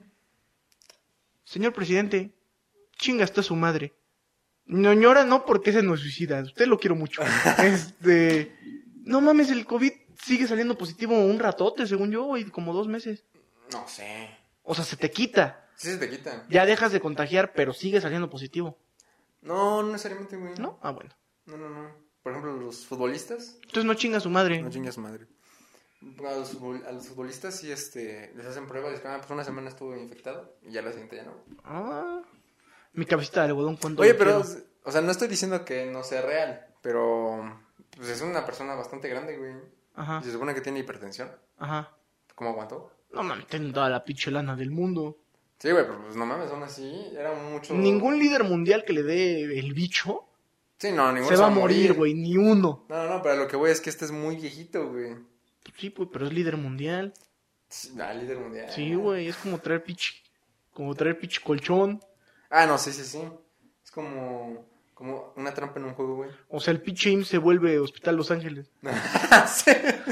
Señor presidente, chinga está su madre. Ñoñora no porque ese no es suicida. Usted lo quiero mucho. Este... No mames, el COVID sigue saliendo positivo un ratote, según yo, güey, como dos meses. No sé. O sea, se te quita. Sí se te quita. Ya dejas de contagiar, pero sigue saliendo positivo. No, no necesariamente, güey. ¿No? Ah, bueno. No, no, no. Por ejemplo, los futbolistas. Entonces no chinga su madre. No chingas madre. A los, futbol- a los futbolistas sí este, les hacen pruebas y dicen, ah, pues una semana estuvo infectado y ya la siguiente ya no. Ah, mi cabecita de algodón, ¿cuánto Oye, lo pero, quiero? o sea, no estoy diciendo que no sea real, pero pues es una persona bastante grande, güey. Ajá, Y se supone que tiene hipertensión. ajá. ¿Cómo aguantó? No mames, tienen toda la pinche lana del mundo. Sí, güey, pero pues no mames, aún así era mucho... Ningún líder mundial que le dé el bicho Sí, no, ninguno se va a morir, güey, ni uno. No, no, no, pero lo que voy es que este es muy viejito, güey. Sí, pues, pero es líder mundial. Ah, líder mundial. Sí, güey, es como traer pinche, como traer pinche colchón. Ah, no, sí, sí, sí. Es como, como una trampa en un juego, güey. O sea, el pinche I M S S se vuelve Hospital Los Ángeles. Sí.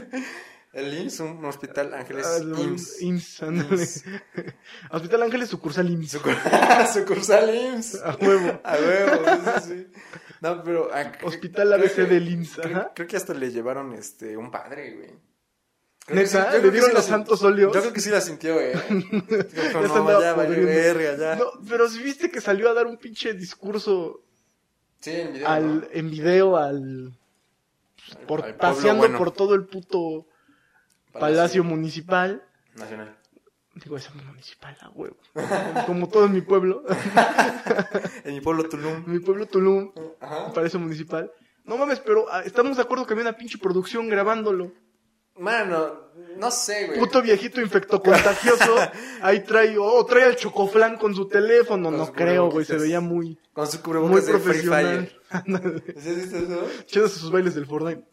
El I M S S, un hospital Ángeles Ah, lo- I M S S. I M S S, ándale. Hospital Ángeles, sucursal I M S S. Sucur- Sucursal I M S S. A huevo. A huevo, sí, sí, sí. No, pero... ah, cre- Hospital A B C creo que- del I M S S, Creo, ajá. creo que hasta le llevaron este un padre, güey. Creo ¿Neta? que sí- yo ¿Le creo que dieron sí los la sin- santos óleos? Yo creo que sí la sintió, güey. Dijo, Ya se no, andaba ya, valió pudriendo. verga, ya. No, pero si viste que salió a dar un pinche discurso Sí, en video, al, ¿no? en video al, por, al pueblo paseando bueno. por todo el puto palacio, municipal. Nacional. Digo, esa municipal, a huevo. Como todo en mi pueblo. En mi pueblo Tulum. Mi pueblo Tulum, Ajá. palacio municipal. No mames, pero ah, estamos de acuerdo que había una pinche producción grabándolo. Mano, no sé, güey. Puto viejito infectocontagioso. Ahí trae, o trae al chocoflán con su teléfono. Con No su creo, güey. Se cubrebocas. veía muy, Con su muy cubrebocas de Free profesional. Fire. ¿Sí has visto eso? Echándose sus bailes del Fortnite.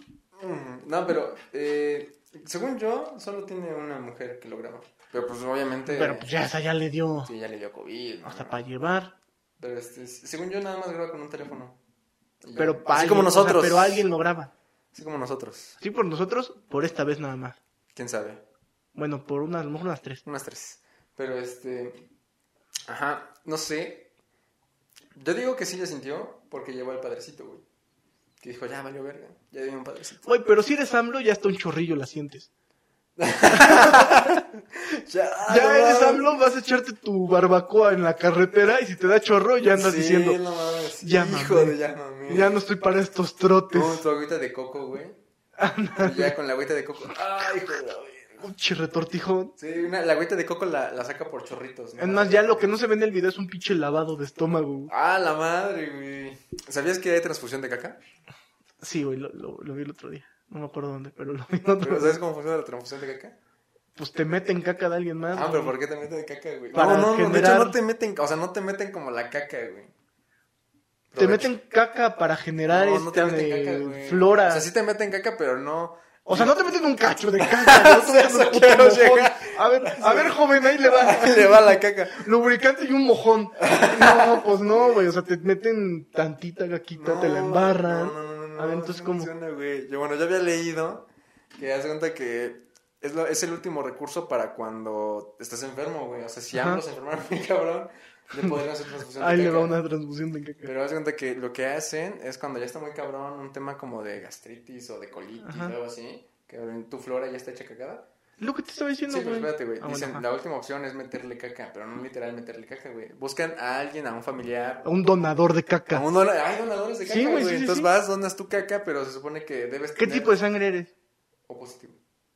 Mm, No, pero eh, según yo, solo tiene una mujer que lo graba. Pero pues obviamente... Pero pues ya esa ya le dio Sí, ya le dio COVID. ¿no? hasta para llevar. Pero este, según yo, nada más graba con un teléfono. Y ya. Pero pa' Así alguien, como o sea, nosotros. pero alguien lo graba. Así como nosotros. Sí, por nosotros, por esta vez nada más. ¿Quién sabe? Bueno, por unas, a lo mejor unas tres. Unas tres. Pero este... Ajá, no sé. Yo digo que sí le sintió porque llevó al padrecito, güey. Que dijo, ya valió verga. Ya dio un padrecito. Oye, pero si eres AMLO, ya hasta un chorrillo la sientes. Ya, ya no eres mames. AMLO, vas a echarte tu barbacoa en la carretera y si te da chorro ya andas Sí, diciendo, no mames. ya Hijo mamé. de ya mamé. ya no estoy para estos trotes. Como tu agüita de coco, güey. Y ya con la agüita de coco. Ay, hijo de la verga. Un chirretortijón. Sí, una, la agüita de coco la, la saca por chorritos, ¿no? Es más, ya lo que no se ve en el video es un pinche lavado de estómago. Ah, la madre, güey. ¿Sabías que hay transfusión de caca? Sí, güey, lo, lo, lo vi el otro día. No me acuerdo dónde, pero lo vi el otro ¿Pero día. sabes cómo funciona la transfusión de caca? Pues te meten caca de alguien más. Ah, güey. pero ¿por qué te meten caca, güey? Para no, no, no, de hecho generar- no te meten, o sea, no te meten como la caca, güey. Te Provecho. meten caca para generar No, no te esta meten de caca, güey. flora. O sea, sí te meten caca, pero no... O sea, no te meten un cacho de caca. No te meten Eso un puto quiero mojón. llegar. A ver, a ver, joven, ahí le va. Le va la caca. Lubricante y un mojón. No, pues no, güey. O sea, te meten tantita caquita, te la embarran. No, no, no, no, A ver, no, entonces, sí ¿cómo? funciona, güey. Yo, bueno, yo había leído que haz cuenta que es, lo, es el último recurso para cuando estás enfermo, güey. O sea, si Ajá. ambos se enfermaron muy cabrón, le podrían hacer transfusión Ahí de le caca. va una transfusión de caca. Pero haz cuenta que lo que hacen es cuando ya está muy cabrón, un tema como de gastritis o de colitis Ajá. o algo así, que tu flora ya está hecha cagada. Lo que te estaba diciendo, Sí, pero güey. espérate, güey. Ah, bueno, Dicen, ajá. la última opción es meterle caca, pero no literal meterle caca, güey. Buscan a alguien, a un familiar. A un donador de A caca. un dona- Hay donadores de caca, Sí, güey. güey, sí, sí, Entonces sí. vas, donas tu caca, pero se supone que debes ¿Qué tener tipo de sangre eres? O positivo.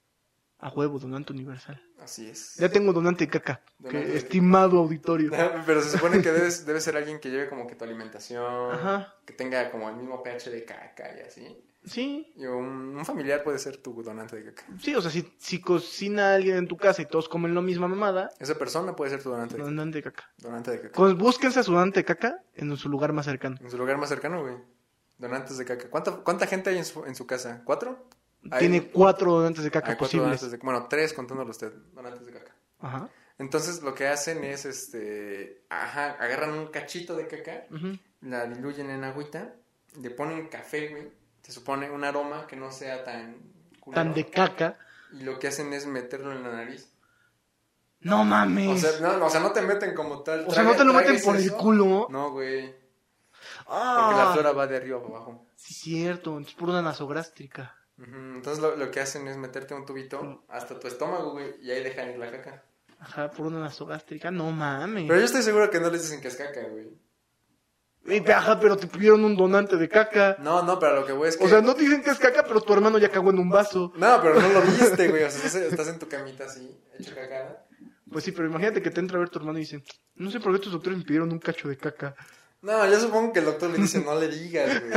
A huevo, donante universal. Así es. Ya tengo donante de caca. Donante que- de- estimado auditorio. Pero se supone que debes, debe ser alguien que lleve como que tu alimentación, Ajá. que tenga como el mismo pH de caca y así. Sí, Y un, un familiar puede ser tu donante de caca. sí, o sea, si, si cocina alguien en tu casa y todos comen la misma mamada, Esa persona puede ser tu donante de, donante de caca. donante de caca. Pues búsquense a su donante de caca en su lugar más cercano. En su lugar más cercano, güey. Donantes de caca. ¿Cuánta, cuánta gente hay en su, en su casa? ¿Cuatro? Hay- Tiene cuatro donantes de caca hay cuatro posibles. donantes de Bueno, tres contándolo usted. Donantes de caca. Ajá. Entonces lo que hacen es, este... Ajá, agarran un cachito de caca, Ujú. la diluyen en agüita, le ponen café, güey. Se supone un aroma que no sea tan culero. Tan de caca. y lo que hacen es meterlo en la nariz. No mames. O sea, no, o sea, no te meten como tal. O sea, no te lo meten tragues por el eso. culo. No, güey. Ah, Porque la flora va de arriba para abajo. sí, cierto. Es por una nasogástrica. Ujú, entonces lo, lo que hacen es meterte un tubito hasta tu estómago, güey, y ahí dejan ir la caca. Ajá, por una nasogástrica. No mames. Pero yo estoy seguro que no les dicen que es caca, güey. Eh, Ajá, pero te pidieron un donante de caca. No, no, pero lo que voy es que... O sea, no te dicen que es caca, pero tu hermano ya cagó en un vaso. No, pero no lo viste, güey. O sea, estás, estás en tu camita así, hecho cagada. Pues sí, pero imagínate que te entra a ver tu hermano y dice, no sé por qué tus doctores me pidieron un cacho de caca. No, yo supongo que el doctor le dice, no le digas, güey.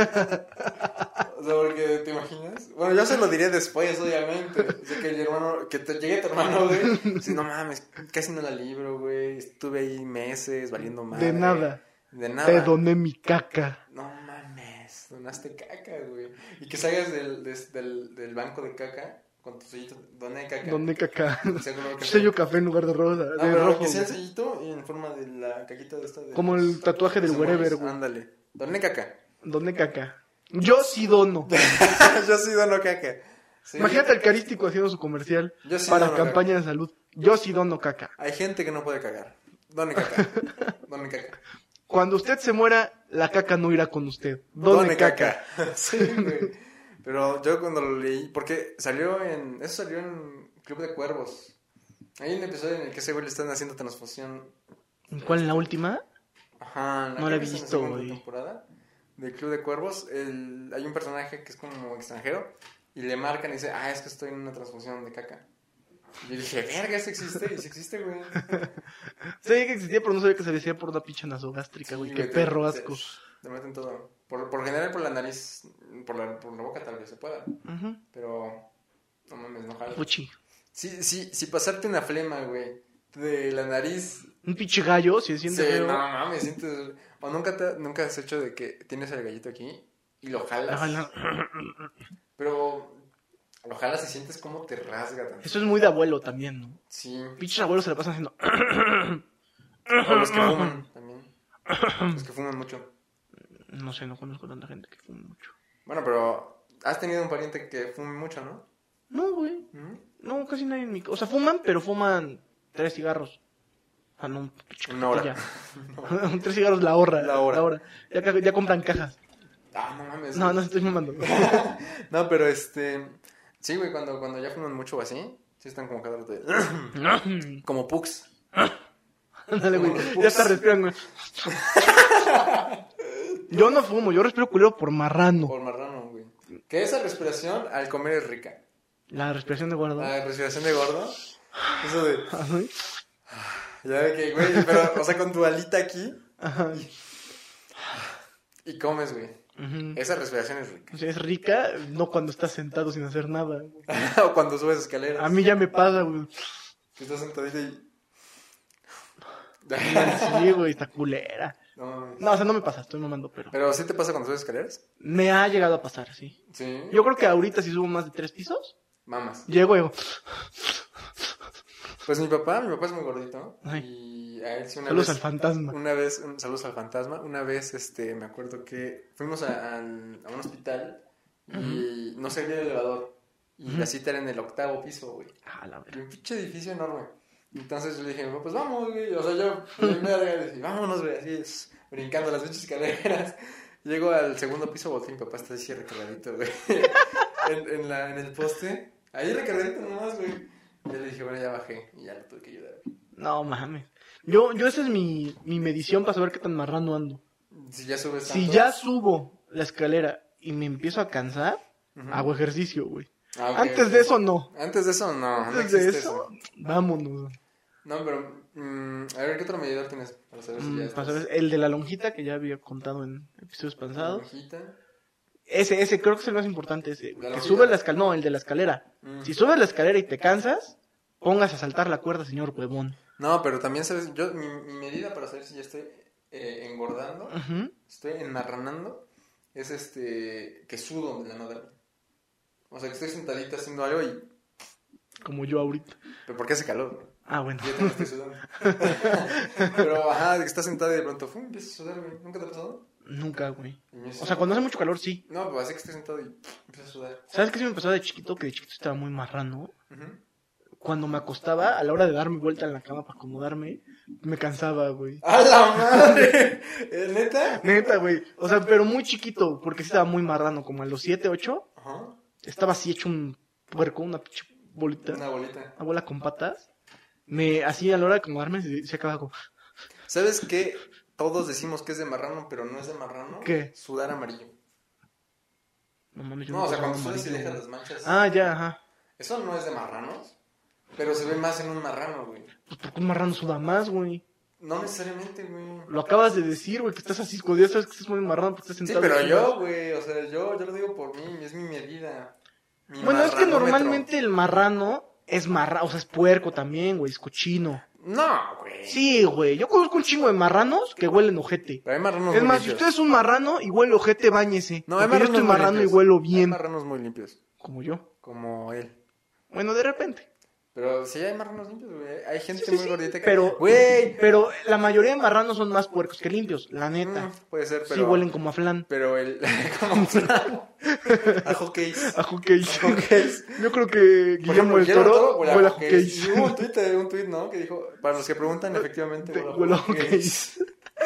O sea, porque, ¿te imaginas? Bueno, yo se lo diré después, obviamente. O sea, que el hermano, que te llegue tu hermano, güey. Dice, no mames, casi no la libro, güey. Estuve ahí meses valiendo madre. De nada. De nada. Te doné mi caca. No mames, donaste caca, güey. Y que salgas del, des- del, del banco de caca con tu sellito, doné caca. Doné caca. Seguro que Sello café en lugar de rosa. No, de pero rojo. que sea el güey. sellito y en forma de la caquita de esta. De Como el tatuaje del los wherever, emojis. güey. Ándale, doné caca. Doné caca. Yo sí dono. Yo sí dono caca. Sí. Imagínate al Carístico haciendo su comercial Yo sí para dono campaña caca. de salud. Yo sí dono caca. Hay gente que no puede cagar. Doné caca. Doné caca. Cuando usted se muera, la caca no irá con usted. Done, caca. Sí, güey. Pero yo cuando lo leí, porque salió en, eso salió en Club de Cuervos. Hay un episodio en el que ese güey le están haciendo transfusión. ¿En cuál? ¿En la última? Ajá, en No la he creo que es en visto, segunda güey. temporada del Club de Cuervos. El, hay un personaje que es como extranjero y le marcan y dice, ah, es que estoy en una transfusión de caca. Y yo dije, verga, eso existe, y sí existe, güey. Sabía que existía, pero no sabía que se decía por una pinche nasogástrica, Sí, güey. Qué güey, te- perro te- asco. Te meten todo. Por, por general por la nariz, por la, por la boca tal vez se pueda. Ujú. Pero, no mames, no jala. Fuchi. Sí, sí, si pasarte una flema, güey, de la nariz. Un pinche gallo, si se Sí, siente feo. no mames, sientes. O nunca, te, nunca has hecho de que tienes el gallito aquí y lo jalas. Ajá, no. Pero lo jalas y sientes cómo te rasga también. Eso es muy de abuelo también, ¿no? Sí. Pinches abuelos se la pasan haciendo. O los que fuman también. Los que fuman mucho. No sé, no conozco tanta gente que fuma mucho. Bueno, pero has tenido un pariente que fume mucho, ¿no? No, güey. ¿Mm? No, casi nadie en mi. O sea, fuman, pero fuman tres cigarros. Ah, no, pinche Una hora. cajetilla. Tres cigarros la hora. La hora. Ya, ca- ya compran cajas. Ah, no mames. No, no estoy mamando. No, pero este. Sí, güey, cuando, cuando ya fuman mucho o así, sí están como cada rato de- Como pugs. Dale, güey. Como los Ya pugs. está respiran, güey. Yo no fumo, yo respiro culero por marrano. Por marrano, güey. Que esa respiración al comer es rica. La respiración de gordo. La respiración de gordo. Eso de. Ajá. Ya ve que, güey, pero, o sea, con tu alita aquí Ajá. y comes, güey. Ujú. Esa respiración es rica. O sea, es rica, no cuando estás sentado sin hacer nada. O cuando subes escaleras. A mí ya me pasa, güey. Que estás sentadito y. Sí, güey, está culera. No mames. No, o sea, no me pasa, estoy mamando, pero... Pero ¿sí te pasa cuando subes escaleras? Me ha llegado a pasar, sí. Sí. Yo creo que ahorita si subo más de tres pisos, Mamas. llego y digo... Pues mi papá, mi papá es muy gordito. Ay. Y a él sí una Saludos vez. al fantasma. Una vez, un, saludos al fantasma. Una vez, este, me acuerdo que fuimos a, al- a un hospital y no se abría el elevador. Y Ujú. la cita era en el octavo piso, güey. Ah, la Y verdad. un pinche edificio enorme. Entonces yo le dije, pues vamos, güey. O sea, yo, yo me verga, le dije, vámonos, güey, así, es, brincando las pinches escaleras. Llego al segundo piso, volteo, mi papá está así recargadito, güey. en, en, la, en el poste. Ahí recargadito nomás, güey. Y yo le dije, bueno, ya bajé. Y ya lo tuve que ayudar. No, mames. Yo, yo esa es mi, mi medición para saber qué tan marrano ando. Si ya subes Si tanto. ya subo la escalera y me empiezo a cansar, Ujú. hago ejercicio, güey. Ah, ok, Antes ok. de eso, no. Antes de eso, no. no Antes de existe eso, vámonos. No, pero, mm, a ver, ¿qué otro medidor tienes para saber si ya Mm, estás? para saber, el de la lonjita que ya había contado en episodios pasados. Hojita. Ese, ese, creo que es el más importante. Ese, La que lonjita. sube la escalera. No, el de la escalera. Mm. Si subes la escalera y te cansas, pongas a saltar la cuerda, señor huevón. No, pero también sabes, yo, mi, mi medida para saber si ya estoy eh, engordando, Ujú. estoy enmarranando, es este, que sudo de la nada. güey. O sea, que estoy sentadita haciendo algo y, Como yo ahorita. pero ¿por qué hace calor? Ah, bueno. Yo también estoy sudando. Pero, ajá, de que estás sentado y de pronto, ¡fum! Empiezas a sudar, güey. ¿Nunca te ha pasado? Nunca, güey. Y me dice, O sea, cuando hace mucho calor, sí. No, pues así que estoy sentado y empiezas a sudar. ¿Sabes qué sí me pasaba de chiquito? Que de chiquito estaba muy marrano. Ujú. Cuando me acostaba, a la hora de darme vuelta en la cama para acomodarme, me cansaba, güey. ¡A la madre! ¿Es neta? Neta, güey. O sea, pero muy chiquito, porque sí estaba muy marrano. Como a los siete, ocho, Ajá. estaba así hecho un puerco, una pinche bolita. Una bolita. Una bola con patas. Me, así a la hora de acomodarme, se, se acaba como... ¿Sabes qué? Todos decimos que es de marrano, pero no es de marrano. ¿Qué? Sudar amarillo. No mames, yo No, o sea, usaba cuando sudas y amarillo, dejas güey. las manchas. Ah, ya, ajá. Eso no es de marranos, pero se ve más en un marrano, güey. Pues porque un marrano suda más, güey. No necesariamente, güey. Lo acabas de decir, güey, que estás así, cuando ya sabes que estás muy marrano porque estás Sí, sentado. pero y yo, sudas. güey, o sea, yo, yo lo digo por mí, es mi medida. Mi Bueno, es que marranómetro. normalmente el marrano es marrano, o sea, es puerco también, güey, es cochino. No, güey. Sí, güey, yo conozco un chingo de marranos que huelen ojete. Pero hay marranos Es muy más, si limpios. usted es un marrano y huele ojete, báñese. No, hay porque yo marranos estoy muy marrano y limpios. huelo Hay bien. marranos muy limpios, Como yo. como él. Bueno, de repente. Pero sí hay marranos limpios, güey. Hay gente Sí, sí, muy sí, gordita que... pero- Güey. Pero la mayoría de marranos son más puercos que limpios, la neta. Mm, puede ser, pero... Sí huelen como a flan. Pero el... como a hockeys. A hotcakes. A hockeys. Yo creo que Por Guillermo ejemplo, del Guillermo Toro huele a huele a hockeys. hotcakes. Y hubo un tweet, un tweet, ¿no? Que dijo, para los que preguntan, efectivamente, Te- huele huele a a hockeys.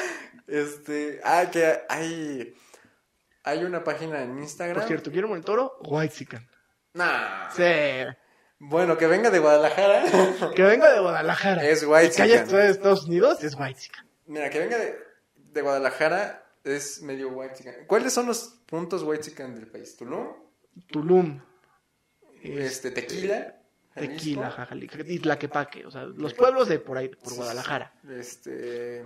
Este... Ah, que hay... Hay una página en Instagram. Por cierto, Guillermo del Toro, Whitezican. Nah. Sí. Bueno, que venga de Guadalajara. Que venga de Guadalajara. Es Y que haya Whitezican. estado en Estados Unidos, es Whitezican. Mira, que venga de, de Guadalajara es medio whitezican. ¿Cuáles son los puntos whitezican del país? Tulum, Tulum. este, Tequila, Jalisco, Tequila, Jajalica, y Tlaquepaque. O sea, los pueblos de por ahí, por Guadalajara. Este,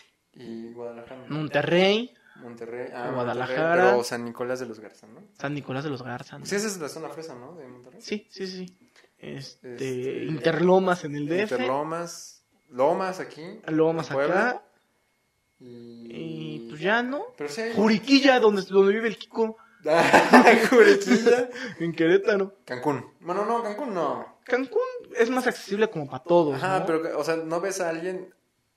y Guadalajara, ¿no? Monterrey, Monterrey, ah, Guadalajara. Monterrey, pero San Nicolás de los Garza, ¿no? San Nicolás de los Garza. ¿no? Sí, esa es la zona fresa, ¿no? De Monterrey. Sí, sí, sí. Este, Este, Interlomas en el D F. Interlomas, Lomas aquí. Lomas en Puebla, acá. Y... Y pues ya, ¿no? Pero sí hay... Juriquilla, donde, donde vive el Kiko. Juriquilla. En Querétaro. Cancún. Bueno, no, Cancún no. Cancún es más accesible como para todos. Ajá, ¿no? pero, o sea, ¿no ves a alguien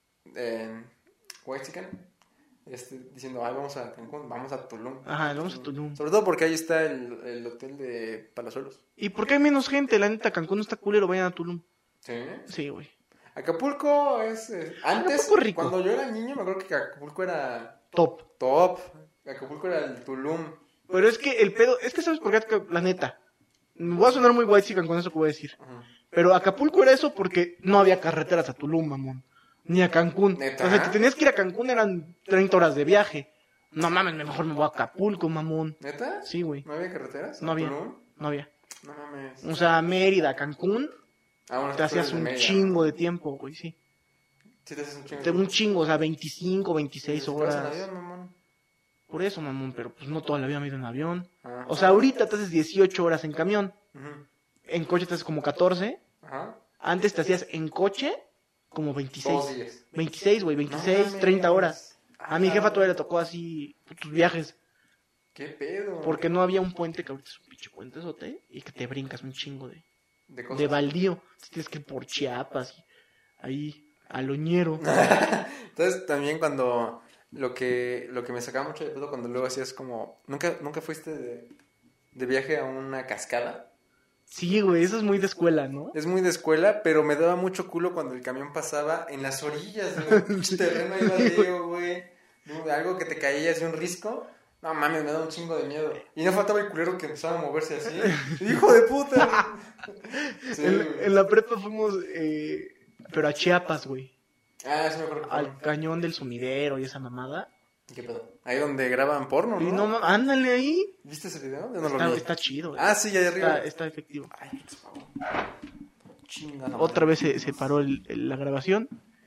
en Whitezican este, diciendo, ay, vamos a Cancún, vamos a Tulum? Ajá, vamos a Tulum. Sobre todo porque ahí está el, el hotel de Palazuelos. ¿Y por qué hay menos gente? La neta, Cancún no está culero, vayan a Tulum. Sí. Sí, güey. Acapulco es... eh, antes, Acapulco rico. cuando yo era niño, me acuerdo que Acapulco era Top. top. Acapulco era el Tulum. Pero es que el pedo, es que sabes por qué, la neta. Me voy a sonar muy white con eso que voy a decir. Ajá. Pero Acapulco era eso porque no había carreteras a Tulum, mamón. Ni a Cancún. ¿Neta? O sea, que tenías que ir a Cancún eran treinta horas de viaje. No mames, mejor me voy a Acapulco, mamón. ¿Neta? Sí, güey. ¿No había carreteras? No ¿A había. Tulum? No había. No mames. O sea, Mérida, Cancún, Ah, bueno, te tú hacías eres de un Mérida. chingo de tiempo, güey, sí. Sí, te haces un chingo. Te- Un chingo, o sea, veinticinco, veintiséis Te vas en horas. avión, mamón. Por eso, mamón, pero pues no toda la vida me he ido en avión. Ah. O sea, ahorita te haces dieciocho horas en camión. Ujú. En coche te haces como catorce. Ajá. Antes te hacías en coche como Dos veintiséis. días. veintiséis, güey, No veintiséis, mames. treinta horas. A mi Ah, jefa todavía le tocó así tus viajes. ¿Qué pedo? Porque no había un puente, que ahorita es un pinche puentezote, y que te brincas un chingo de, De cosas. de baldío. Tienes que ir por Chiapas, y ahí, a Loñero. Entonces, también cuando... Lo que, lo que me sacaba mucho de pedo cuando luego hacías como... ¿Nunca, nunca fuiste de, de viaje a una cascada? Sí, güey, eso es muy de escuela, ¿no? Es muy de escuela, pero me daba mucho culo cuando el camión pasaba en las orillas, güey. Pinche terreno ahí baldío, güey. De algo que te caía así un risco. No mames, me da un chingo de miedo. Y no faltaba el culero que empezaba a moverse así. ¡Hijo de puta! Sí, en, güey. en la prepa fuimos, eh, pero a Chiapas, güey. Ah, sí me acuerdo que fue. Al cañón del sumidero y esa mamada. ¿Qué pedo? Ahí donde graban porno, ¿no? Y no, ma- ándale ahí. ¿Viste ese video? Yo no lo Está, vi. está chido, güey. Ah, sí, ahí arriba. Está, está efectivo. Ay, qué despago. Chingada. Otra vez se, se paró el- el- la grabación.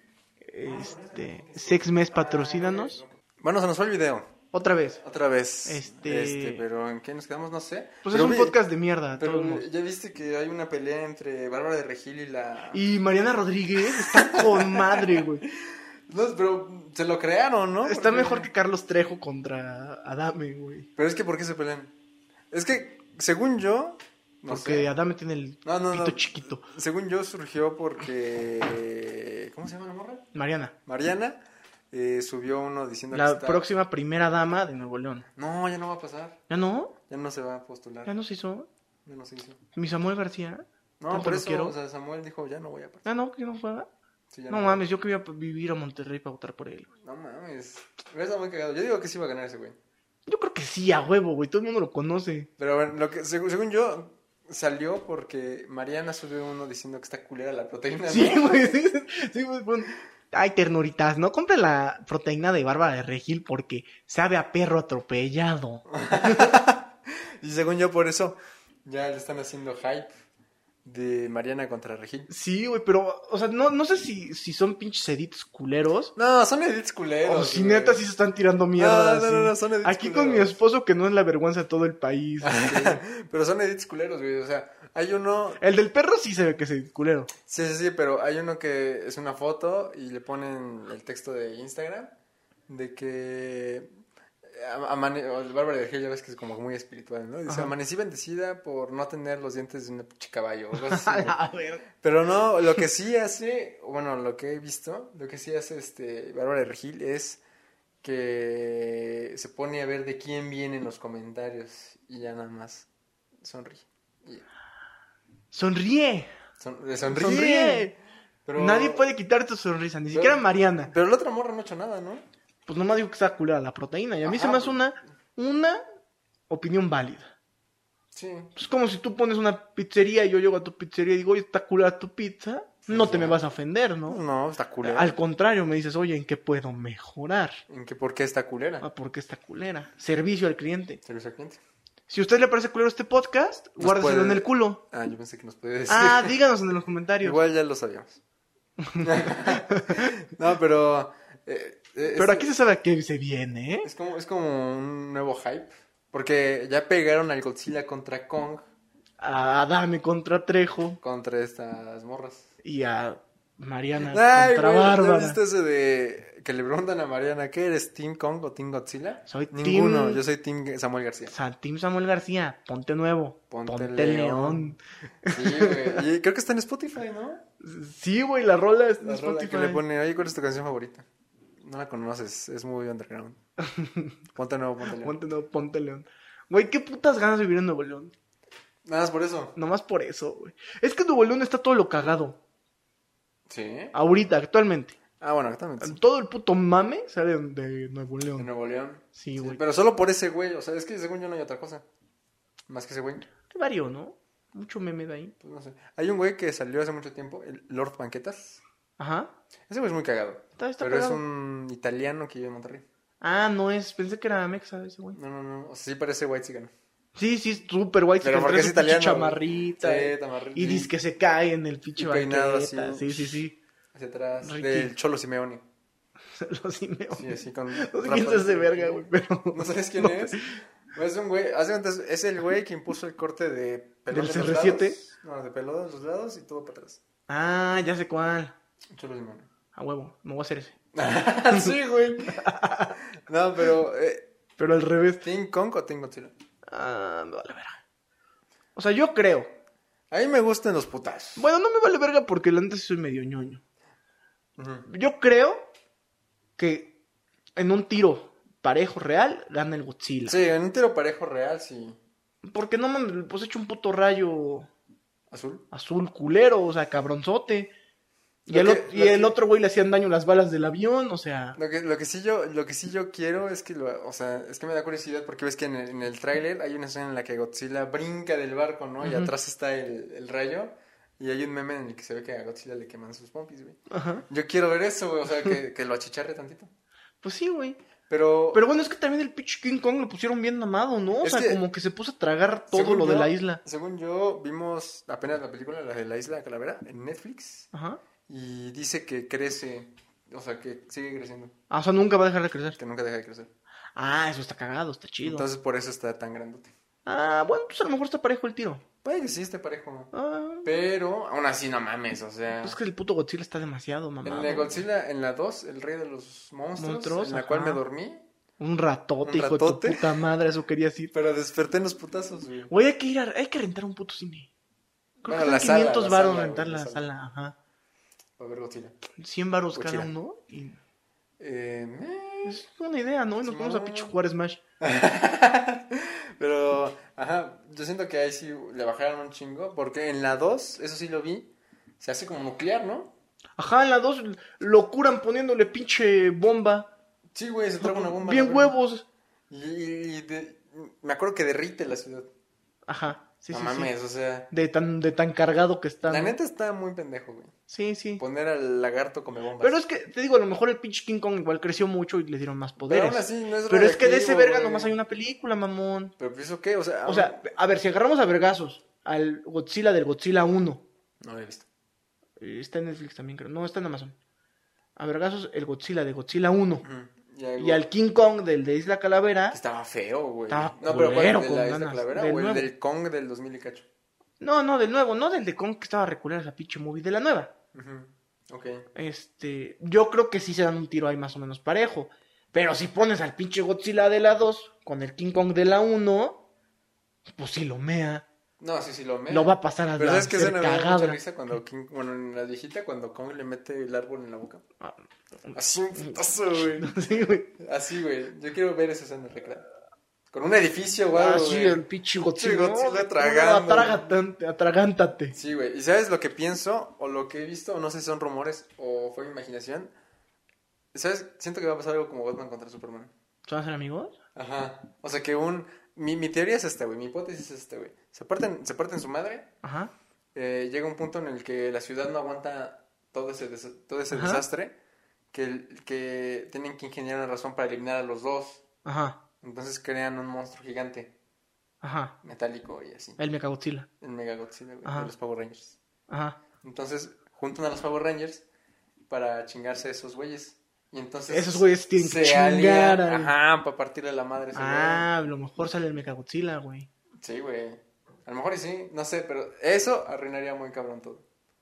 Este, Sexmes patrocínanos. Bueno, se nos fue el video. Otra vez. Otra vez. Este- Este, pero ¿en qué nos quedamos? No sé. Pues Pero es un vi- podcast de mierda. Pero todos modos. ya viste que hay una pelea entre Bárbara de Regil y la... Y Mariana Rodríguez está con madre, güey. No, pero se lo crearon, ¿no? Está Porque- mejor que Carlos Trejo contra Adame, güey. Pero es que ¿por qué se pelean? Es que, según yo, No Porque sé. Adame tiene el No, no, pito no. chiquito. Según yo, surgió porque... ¿Cómo se llama la morra? Mariana, Mariana eh, subió uno diciendo que la está... próxima primera dama de Nuevo León. No, ya no va a pasar. ¿Ya no? Ya no se va a postular. ¿Ya no se hizo? Ya no se hizo. ¿Mi Samuel García? No, ¿Tanto por lo eso, quiero? o sea, Samuel dijo, ya no voy a participar. ¿Ya no? ¿Que no juega? Sí, ya No voy. mames, yo quería vivir a Monterrey para votar por él. No mames. Me está muy cagado. Yo digo que sí va a ganar ese güey. Yo creo que sí, a huevo, güey. Todo el mundo lo conoce. Pero bueno, lo que, según, según yo, salió porque Mariana subió uno diciendo que está culera la proteína. Sí, ¿no? güey. Sí, sí, güey. Bueno. Ay, ternuritas, ¿no? Compre la proteína de Bárbara de Regil porque sabe a perro atropellado. Y según yo, por eso ya le están haciendo hype de Mariana contra Regil. Sí, güey, pero, o sea, no, no sé si, si son pinches edits culeros. No, son edits culeros. O si güey. neta sí se están tirando mierda. No, no, así. no, no, son edits Aquí con mi culeros. esposo que no es la vergüenza de todo el país. Pero son edits culeros, güey. O sea, hay uno... El del perro sí se ve que es edit culero. Sí, sí, sí, pero hay uno que es una foto y le ponen el texto de Instagram de que... Amane... o el Bárbara de Regil ya ves que es como muy espiritual, ¿no? Dice, Ajá. amanecí bendecida por no tener los dientes de un pinche caballo. O cosas A así, güey. la verga. Pero no, lo que sí hace, bueno, lo que he visto, lo que sí hace este Bárbara de Regil es que se pone a ver de quién vienen los comentarios y ya nada más sonríe. Y ya. Sonríe. Son- le sonríe. Sonríe. Pero, Nadie puede quitar tu sonrisa, ni Pero- siquiera Mariana. Pero la otra morra no ha hecho nada, ¿no? Pues nomás digo que está culera la proteína. Y a mí Ajá, se me hace pues. una, una opinión válida. Sí. Es como si tú pones una pizzería y yo llego a tu pizzería y digo, oye, está culera tu pizza. No te me vas a ofender, ¿no? No, está culera. Al contrario, me dices, oye, ¿en qué puedo mejorar? ¿En qué, ¿Por qué está culera? Ah, ¿por qué está culera? Servicio al cliente. Servicio al cliente. Si a usted le parece culero este podcast, Nos guárdeselo puede- en el culo. Ah, yo pensé que nos podía decir. Ah, díganos en los comentarios. Igual ya lo sabíamos. No, pero... eh, eh, Pero es- aquí se sabe a qué se viene, ¿eh? Es como, es como un nuevo hype. Porque ya pegaron al Godzilla contra Kong A Adame contra Trejo contra estas morras. y a Mariana Ay, contra güey, ¿ya Bárbara. viste ese de que le preguntan a Mariana, ¿qué eres, Team Kong o Team Godzilla? Soy Ninguno, team- yo soy Team Samuel García. Sa- Team Samuel García, ponte nuevo. Ponte Ponte, león. león. Sí, güey. Y creo que está en Spotify, ¿no? Sí, güey, la rola es en La rola Spotify. que le pone, oye, ¿cuál es tu canción favorita? No la conoces, es muy underground. Ponte nuevo, ponte león. Ponte nuevo, ponte león. Güey, qué putas ganas de vivir en Nuevo León. Nada más por eso. Nomás por eso, güey. Es que en Nuevo León está todo lo cagado. Sí. Ahorita, actualmente. Ah, bueno, exactamente. sí. Todo el puto mame sale de Nuevo De León. Nuevo León. Sí, güey. Pero solo por ese güey, o sea, es que según yo no hay otra cosa. Más que ese güey. Qué vario, ¿no? Mucho meme de ahí. Pues no sé. Hay un güey que salió hace mucho tiempo, el Lord Banquetas. Ajá. Ese güey es muy cagado. Está, está pero cagado. es un italiano que vive en Monterrey. Ah, no es. Pensé que era Mexa ese güey. No, no, no. O sea, sí parece white chican. Sí, sí, es súper guay. Pero porque es italiano, güey. chamarrita. Sí, eh, tamarrita. Y dice que se cae en el pinche Y peinado así. banqueta. Sí, sí, sí. Hacia atrás. Ricky. Del Cholo Simeone. Los Simeone. Sí, así con. No sé quién rapas. es ese verga, güey, pero... ¿No sabes quién es? Es un güey. Hace cuenta, es el güey que impuso el corte de pelón ¿Del de los C R siete? lados. No, de pelón de los lados y todo para atrás. Ah, ya sé cuál. Cholo Simeone. A huevo, me voy a hacer ese. Sí, güey. No, pero. Eh, Pero al revés. ¿Team Kong o Team Godzilla? Ah, me vale verga. O sea, yo creo. A mí me gustan los putas. Bueno, no me vale verga porque la neta sí soy medio ñoño. Ujú. Yo creo que en un tiro parejo real gana el Godzilla. Sí, en un tiro parejo real, sí. Porque no mames, pues he hecho un puto rayo Azul. azul culero, o sea, cabronzote. Y, Lo el, que- o- y lo el que- otro güey le hacían daño las balas del avión, o sea... Lo que, lo que sí yo, lo que sí yo quiero es que lo, o sea, es que me da curiosidad porque ves que en el, en el tráiler hay una escena en la que Godzilla brinca del barco, ¿no? Y Ujú. atrás está el, el rayo. Y hay un meme en el que se ve que a Godzilla le queman sus pompis, güey. Ajá. Yo quiero ver eso, güey, o sea, que, que lo achicharre tantito. Pues sí, güey. Pero, Pero bueno, es que también el pinche King Kong lo pusieron bien mamado, ¿no? O Es sea, que- como que se puso a tragar todo según lo de yo- la isla. Según yo, vimos apenas la película, la de la isla de Calavera, en Netflix. Ajá. Y dice que crece, o sea, que sigue creciendo, Ah, o sea, nunca va a dejar de crecer. que nunca deja de crecer. Ah, eso está cagado, está chido. Entonces por eso está tan grandote. Ah, bueno, pues a lo mejor está parejo el tiro. Puede que sí esté parejo. Ah, Pero aún así no mames, o sea. pues es que el puto Godzilla está demasiado En mamado. la Godzilla, en la dos, el rey de los monstruos, Monstruos, en la cual ajá. me dormí, Un ratote, ¿Un hijo ratote? de tu puta madre, eso quería decir. Pero desperté en los putazos, güey. Güey, hay que ir a, hay que rentar un puto cine. Creo Bueno, que la son sala, quinientos la varos sala, rentar güey, la la sala. sala. Ajá. A ver, Godzilla. cien varos Godzilla. cada uno. Y Eh, eh. es una idea, ¿no? Y nos vamos a Simón. pinche jugar Smash. Pero, ajá, yo siento que ahí sí le bajaron un chingo. Porque en la dos, eso sí lo vi, se hace como nuclear, ¿no? Ajá, en la dos lo curan poniéndole pinche bomba. Sí, güey, se traga una bomba. Bien la verga. huevos. Y, y de- me acuerdo que derrite la ciudad. Ajá, sí, no sí, mames, sí. o sea. De tan, de tan cargado que está. La ¿no? neta está muy pendejo, güey. Sí, sí. Poner al lagarto come bombas. Pero es que, te digo, a lo mejor el pinche King Kong igual creció mucho y le dieron más Pero poderes. aún así no es Pero es que de ese radioactivo, verga güey. nomás hay una película, mamón. Pero pues, ¿eso qué? O sea, O sea, a ver, si agarramos a vergazos al Godzilla del Godzilla uno. no lo he visto. eh, Está en Netflix también, creo. No, está en Amazon. A vergazos el Godzilla de Godzilla uno. Ujú. Y, algo- Y al King Kong del de Isla Calavera. Estaba feo, güey. Estaba No, pero ¿cuál? culero ¿De con la Isla ganas. Calavera Del o el nuevo. del Kong del dos mil y cacho? No, no, del nuevo. No del de Kong que estaba reculera esa pinche movie. De la nueva. Ujú. Ok. Este, yo creo que sí se dan un tiro ahí más o menos parejo. Pero si pones al pinche Godzilla de la dos con el King Kong de la uno, pues sí lo mea. No, sí, sí lo me. Lo va a pasar a Pero ¿sabes qué hacer escena me da mucha cagada. risa cuando King... Bueno, en la viejita, cuando Kong le mete el árbol en la boca. Ah, Así un putazo, güey. sí, güey. Así, güey. Yo quiero ver esa escena recreada. Con un edificio, güey. Ah, sí, el pinche Godzilla. Sí, Godzilla No, tragando. atragántate, atragántate. Sí, güey. ¿Y sabes lo que pienso? O lo que he visto, o no sé si son rumores, o fue mi imaginación. ¿Sabes? Siento que va a pasar algo como Batman contra Superman. ¿Son a ser amigos? Ajá. O sea que un... Mi, mi teoría es esta, güey. Mi hipótesis es esta, güey. Se parten, se parten su madre. Ajá. eh, llega un punto en el que la ciudad no aguanta todo ese, des- todo ese Ajá. desastre. Que, el- que tienen que ingeniar una razón para eliminar a los dos. Ajá. Entonces crean un monstruo gigante, Ajá. metálico y así. El Mechagodzilla. El Mega Godzilla, güey, Ajá. de los Power Rangers. Ajá. Entonces juntan a los Power Rangers para chingarse a esos güeyes. Y entonces Esos güeyes tienen que se chingar alían, al- ajá, para partirle la madre a ese Ah, a lo mejor sale el Mechagodzilla, güey. güey. Sí, güey. A lo mejor y sí, no sé, pero eso arruinaría muy cabrón todo.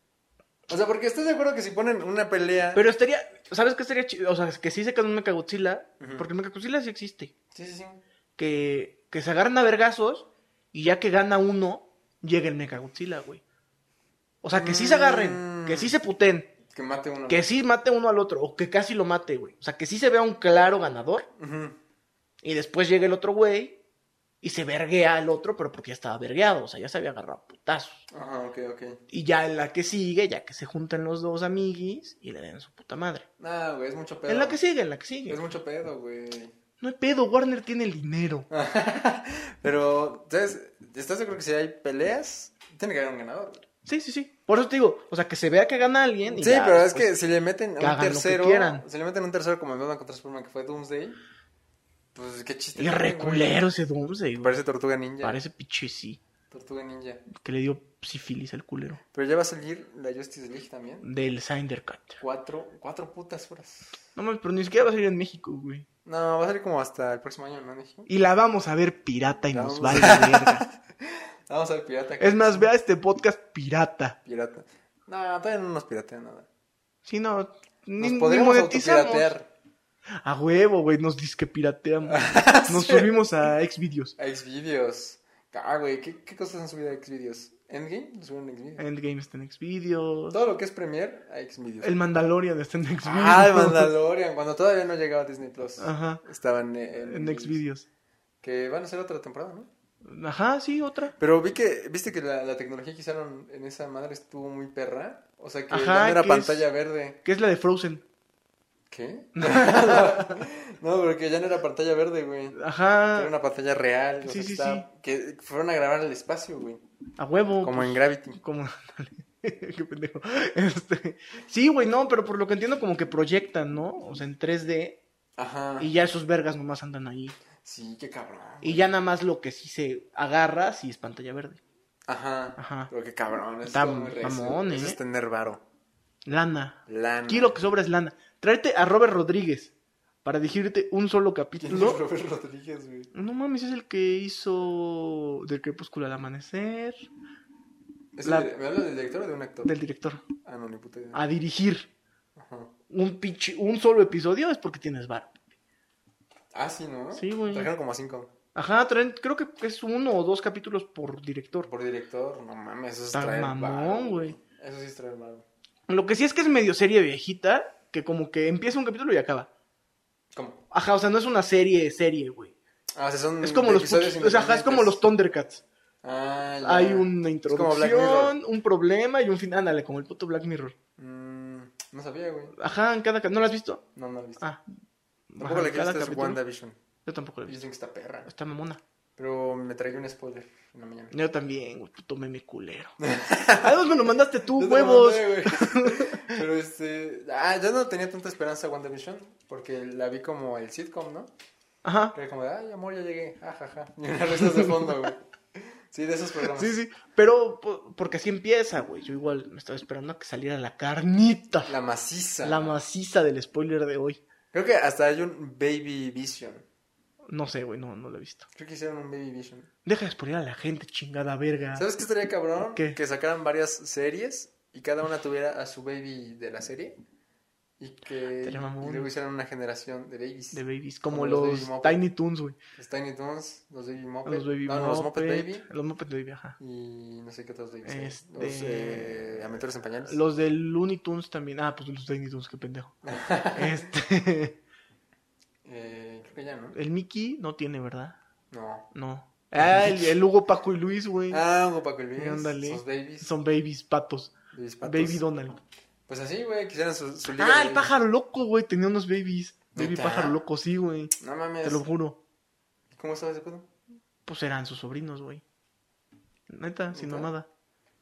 O sea, porque estás de acuerdo que si ponen una pelea... Pero estaría, ¿sabes qué estaría chido? O sea, que sí se queda un Mechagodzilla, Ujú. porque el Mechagodzilla sí existe. Sí, sí, sí. Que, que se agarran a vergazos y ya que gana uno, llega el Mechagodzilla, güey. O sea, que sí se agarren, Mm. que sí se puten, Que mate uno. que sí mate uno al otro, o que casi lo mate, güey. O sea, que sí se vea un claro ganador Ujú. y después llega el otro güey y se verguea al otro, pero porque ya estaba vergueado, o sea, ya se había agarrado a putazos. Ajá, ok, ok. Y ya en la que sigue, ya que se juntan los dos amiguis y le den su puta madre. Nah, güey, es mucho pedo. En la que sigue, en la que sigue. Es mucho pedo, güey. No hay pedo, Warner tiene el dinero. Pero, ¿sabes? ¿Estás seguro que si hay peleas, tiene que haber un ganador? Sí, sí, sí. Por eso te digo, o sea, que se vea que gana alguien. Y Sí, ya pero es después- que si le meten a que un hagan lo que tercero, quieran. si le meten un tercero como en Batman contra Superman, que fue Doomsday, pues qué chiste. Y tiene, güey. reculero ese Doomsday, güey. Parece Tortuga Ninja. Parece pinche sí. Tortuga Ninja. Que le dio sífilis al culero. Pero ya va a salir la Justice League también. Del Snyder Cut. Cuatro, cuatro putas horas. No mames, pero ni siquiera va a salir en México, güey. No, va a salir como hasta el próximo año, ¿no, México? Y la vamos a ver pirata y nos Vamos. vale verga. Vamos a ver pirata. Es más, vea este podcast pirata. Pirata. No, todavía no nos piratean nada. Si no, Nos ni, ni podríamos monetizamos. autopiratear. A huevo, güey, nos disque pirateamos. Nos Sí. subimos a Xvideos. A Xvideos. Ah, güey, ¿qué, ¿qué cosas han subido a Xvideos? ¿Endgame? Lo subieron a Xvideos. Endgame está en Xvideos. Todo lo que es Premiere, a Xvideos. El Mandalorian está en Xvideos. Ah, el Mandalorian, cuando todavía no llegaba a Disney Plus. Ajá. Estaban en, En Xvideos. Que van a hacer otra temporada, ¿no? Ajá, sí, otra. Pero vi que, viste que la, la tecnología que usaron en esa madre estuvo muy perra. O sea que Ajá, ya no era que pantalla es- verde. Que es la de Frozen. ¿Qué? No, porque ya no era pantalla verde, güey. Era Ajá. una pantalla real. o Sí, sea, que sí, estaba- Que fueron a grabar al espacio, güey. A huevo. Como pues, en Gravity. Como... Qué pendejo. Este... Sí, güey, no, pero por lo que entiendo como que proyectan, ¿no? O sea, en tres D. Ajá. Y ya esos vergas nomás andan ahí. Sí, qué cabrón. Y ya nada más lo que sí se agarra, sí es pantalla verde. Ajá. Ajá. Pero qué cabrón. Eso Está estuvo muy recio. mamón, Eso ¿eh? es tener varo. Lana. Lana. Aquí lo que sobra es lana. Tráete a Robert Rodríguez para dirigirte un solo ¿Quién es capítulo. Robert Rodríguez, güey? No mames, es el que hizo del crepúsculo al amanecer. ¿Es La- el- ¿Me hablas del director o de un actor? Del director. Ah, no, ni puta idea. A dirigir Ajá. un pinche, un solo episodio es porque tienes varo. Ah, sí, ¿no? Sí, güey. Trajeron como cinco. Ajá, traen, creo que es uno o dos capítulos por director. Por director, no mames, eso es Está traer mamón, varo, güey. Eso sí es traer varo. Lo que sí es que es medio serie viejita, que como que empieza un capítulo y acaba. ¿Cómo? Ajá, o sea, no es una serie, serie, güey. Ah, o sea, son Es como los episodios putos- o sea, ajá, es como los Thundercats. Ah, ya. Hay una Es como Black Mirror. introducción, un problema y un final. Ándale, como el puto Black Mirror. Mm, no sabía, güey. Ajá, en cada... ca- ¿No lo has visto? No, no lo he visto. Ah. Tampoco Ajá, la en que cada viste es capítulo. WandaVision. Yo tampoco lo he visto. Dicen que está perra. Está mamona. Pero me tragué un spoiler en la mañana. Yo también, güey, puto meme culero. Además me lo mandaste tú, Yo te lo huevos. mandé, güey. Pero este... Ah, yo no tenía tanta esperanza en WandaVision. Porque la vi como el sitcom, ¿no? Ajá. Que era como de, ay, amor, ya llegué. Ajaja. Y unas risas de fondo, güey. Sí, de esos programas. Sí, sí. Pero po- porque así empieza, güey. Yo igual me estaba esperando a que saliera la carnita. La maciza. La maciza del spoiler de hoy. Creo que hasta hay un Baby Vision. No sé, güey, no, no lo he visto. Creo que hicieron un Baby Vision. Deja de spoilear a la gente, chingada verga. ¿Sabes qué estaría cabrón? ¿Qué? Que sacaran varias series y cada una tuviera a su baby de la serie. Y que Estaría mamón. y luego hicieran una generación de babies. De babies, como, Como los los, Baby Muppet. Tiny Toons, güey. Los Tiny Toons, los Baby Muppet. Los Baby no, no, los Muppet Muppet. Baby. Los Muppet Baby, ajá. Y no sé qué otros babies. hay. Este- Los eh, Aventuras en Pañales. Los de Looney Tunes también. Ah, pues los Tiny Toons, qué pendejo. este. Eh, creo que ya, ¿no? El Mickey no tiene, ¿verdad? No. No. Ah, el, el Hugo, Paco y Luis, güey. Ah, Hugo, Paco y Luis. Sí, ándale. Sus babies. Son babies, patos. babies patos. Baby Donald. Pues así, güey, quisieran su, su liga Ah, de el babies. pájaro loco, güey. Tenía unos babies. Baby ¿Neta? pájaro loco, sí, güey. No mames. Te lo juro. ¿Cómo sabes ese pedo? Pues eran sus sobrinos, güey. Neta, sin ¿Neta? mamada.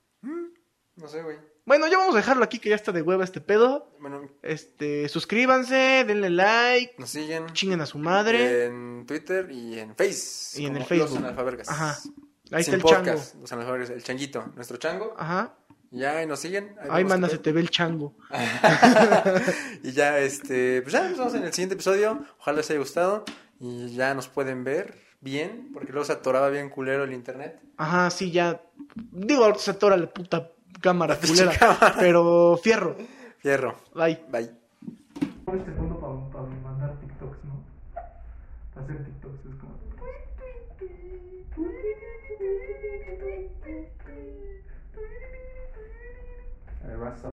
No sé, güey. Bueno, ya vamos a dejarlo aquí que ya está de hueva este pedo. Bueno, Este, suscríbanse, denle like, nos siguen chinguen a su madre. en Twitter y en Face. Y en como el Facebook. Los analfabergas. Ajá. Ahí Sin está el podcast, chango. Los analfabergas, el changuito, nuestro chango. Ajá. Y ya, y nos siguen. Ay, vemos manda, qué se te ve el chango. pedo. Y ya, este, pues ya nos vemos en el siguiente episodio. Ojalá les haya gustado. Y ya nos pueden ver bien, porque luego se atoraba bien culero el internet. Ajá, sí, ya. Digo, ahorita se atora la puta cámara La pinche culera. cámara. Pero fierro. Fierro. Bye. Bye. Este fondo para mandar TikToks, ¿no? Para hacer TikToks es como.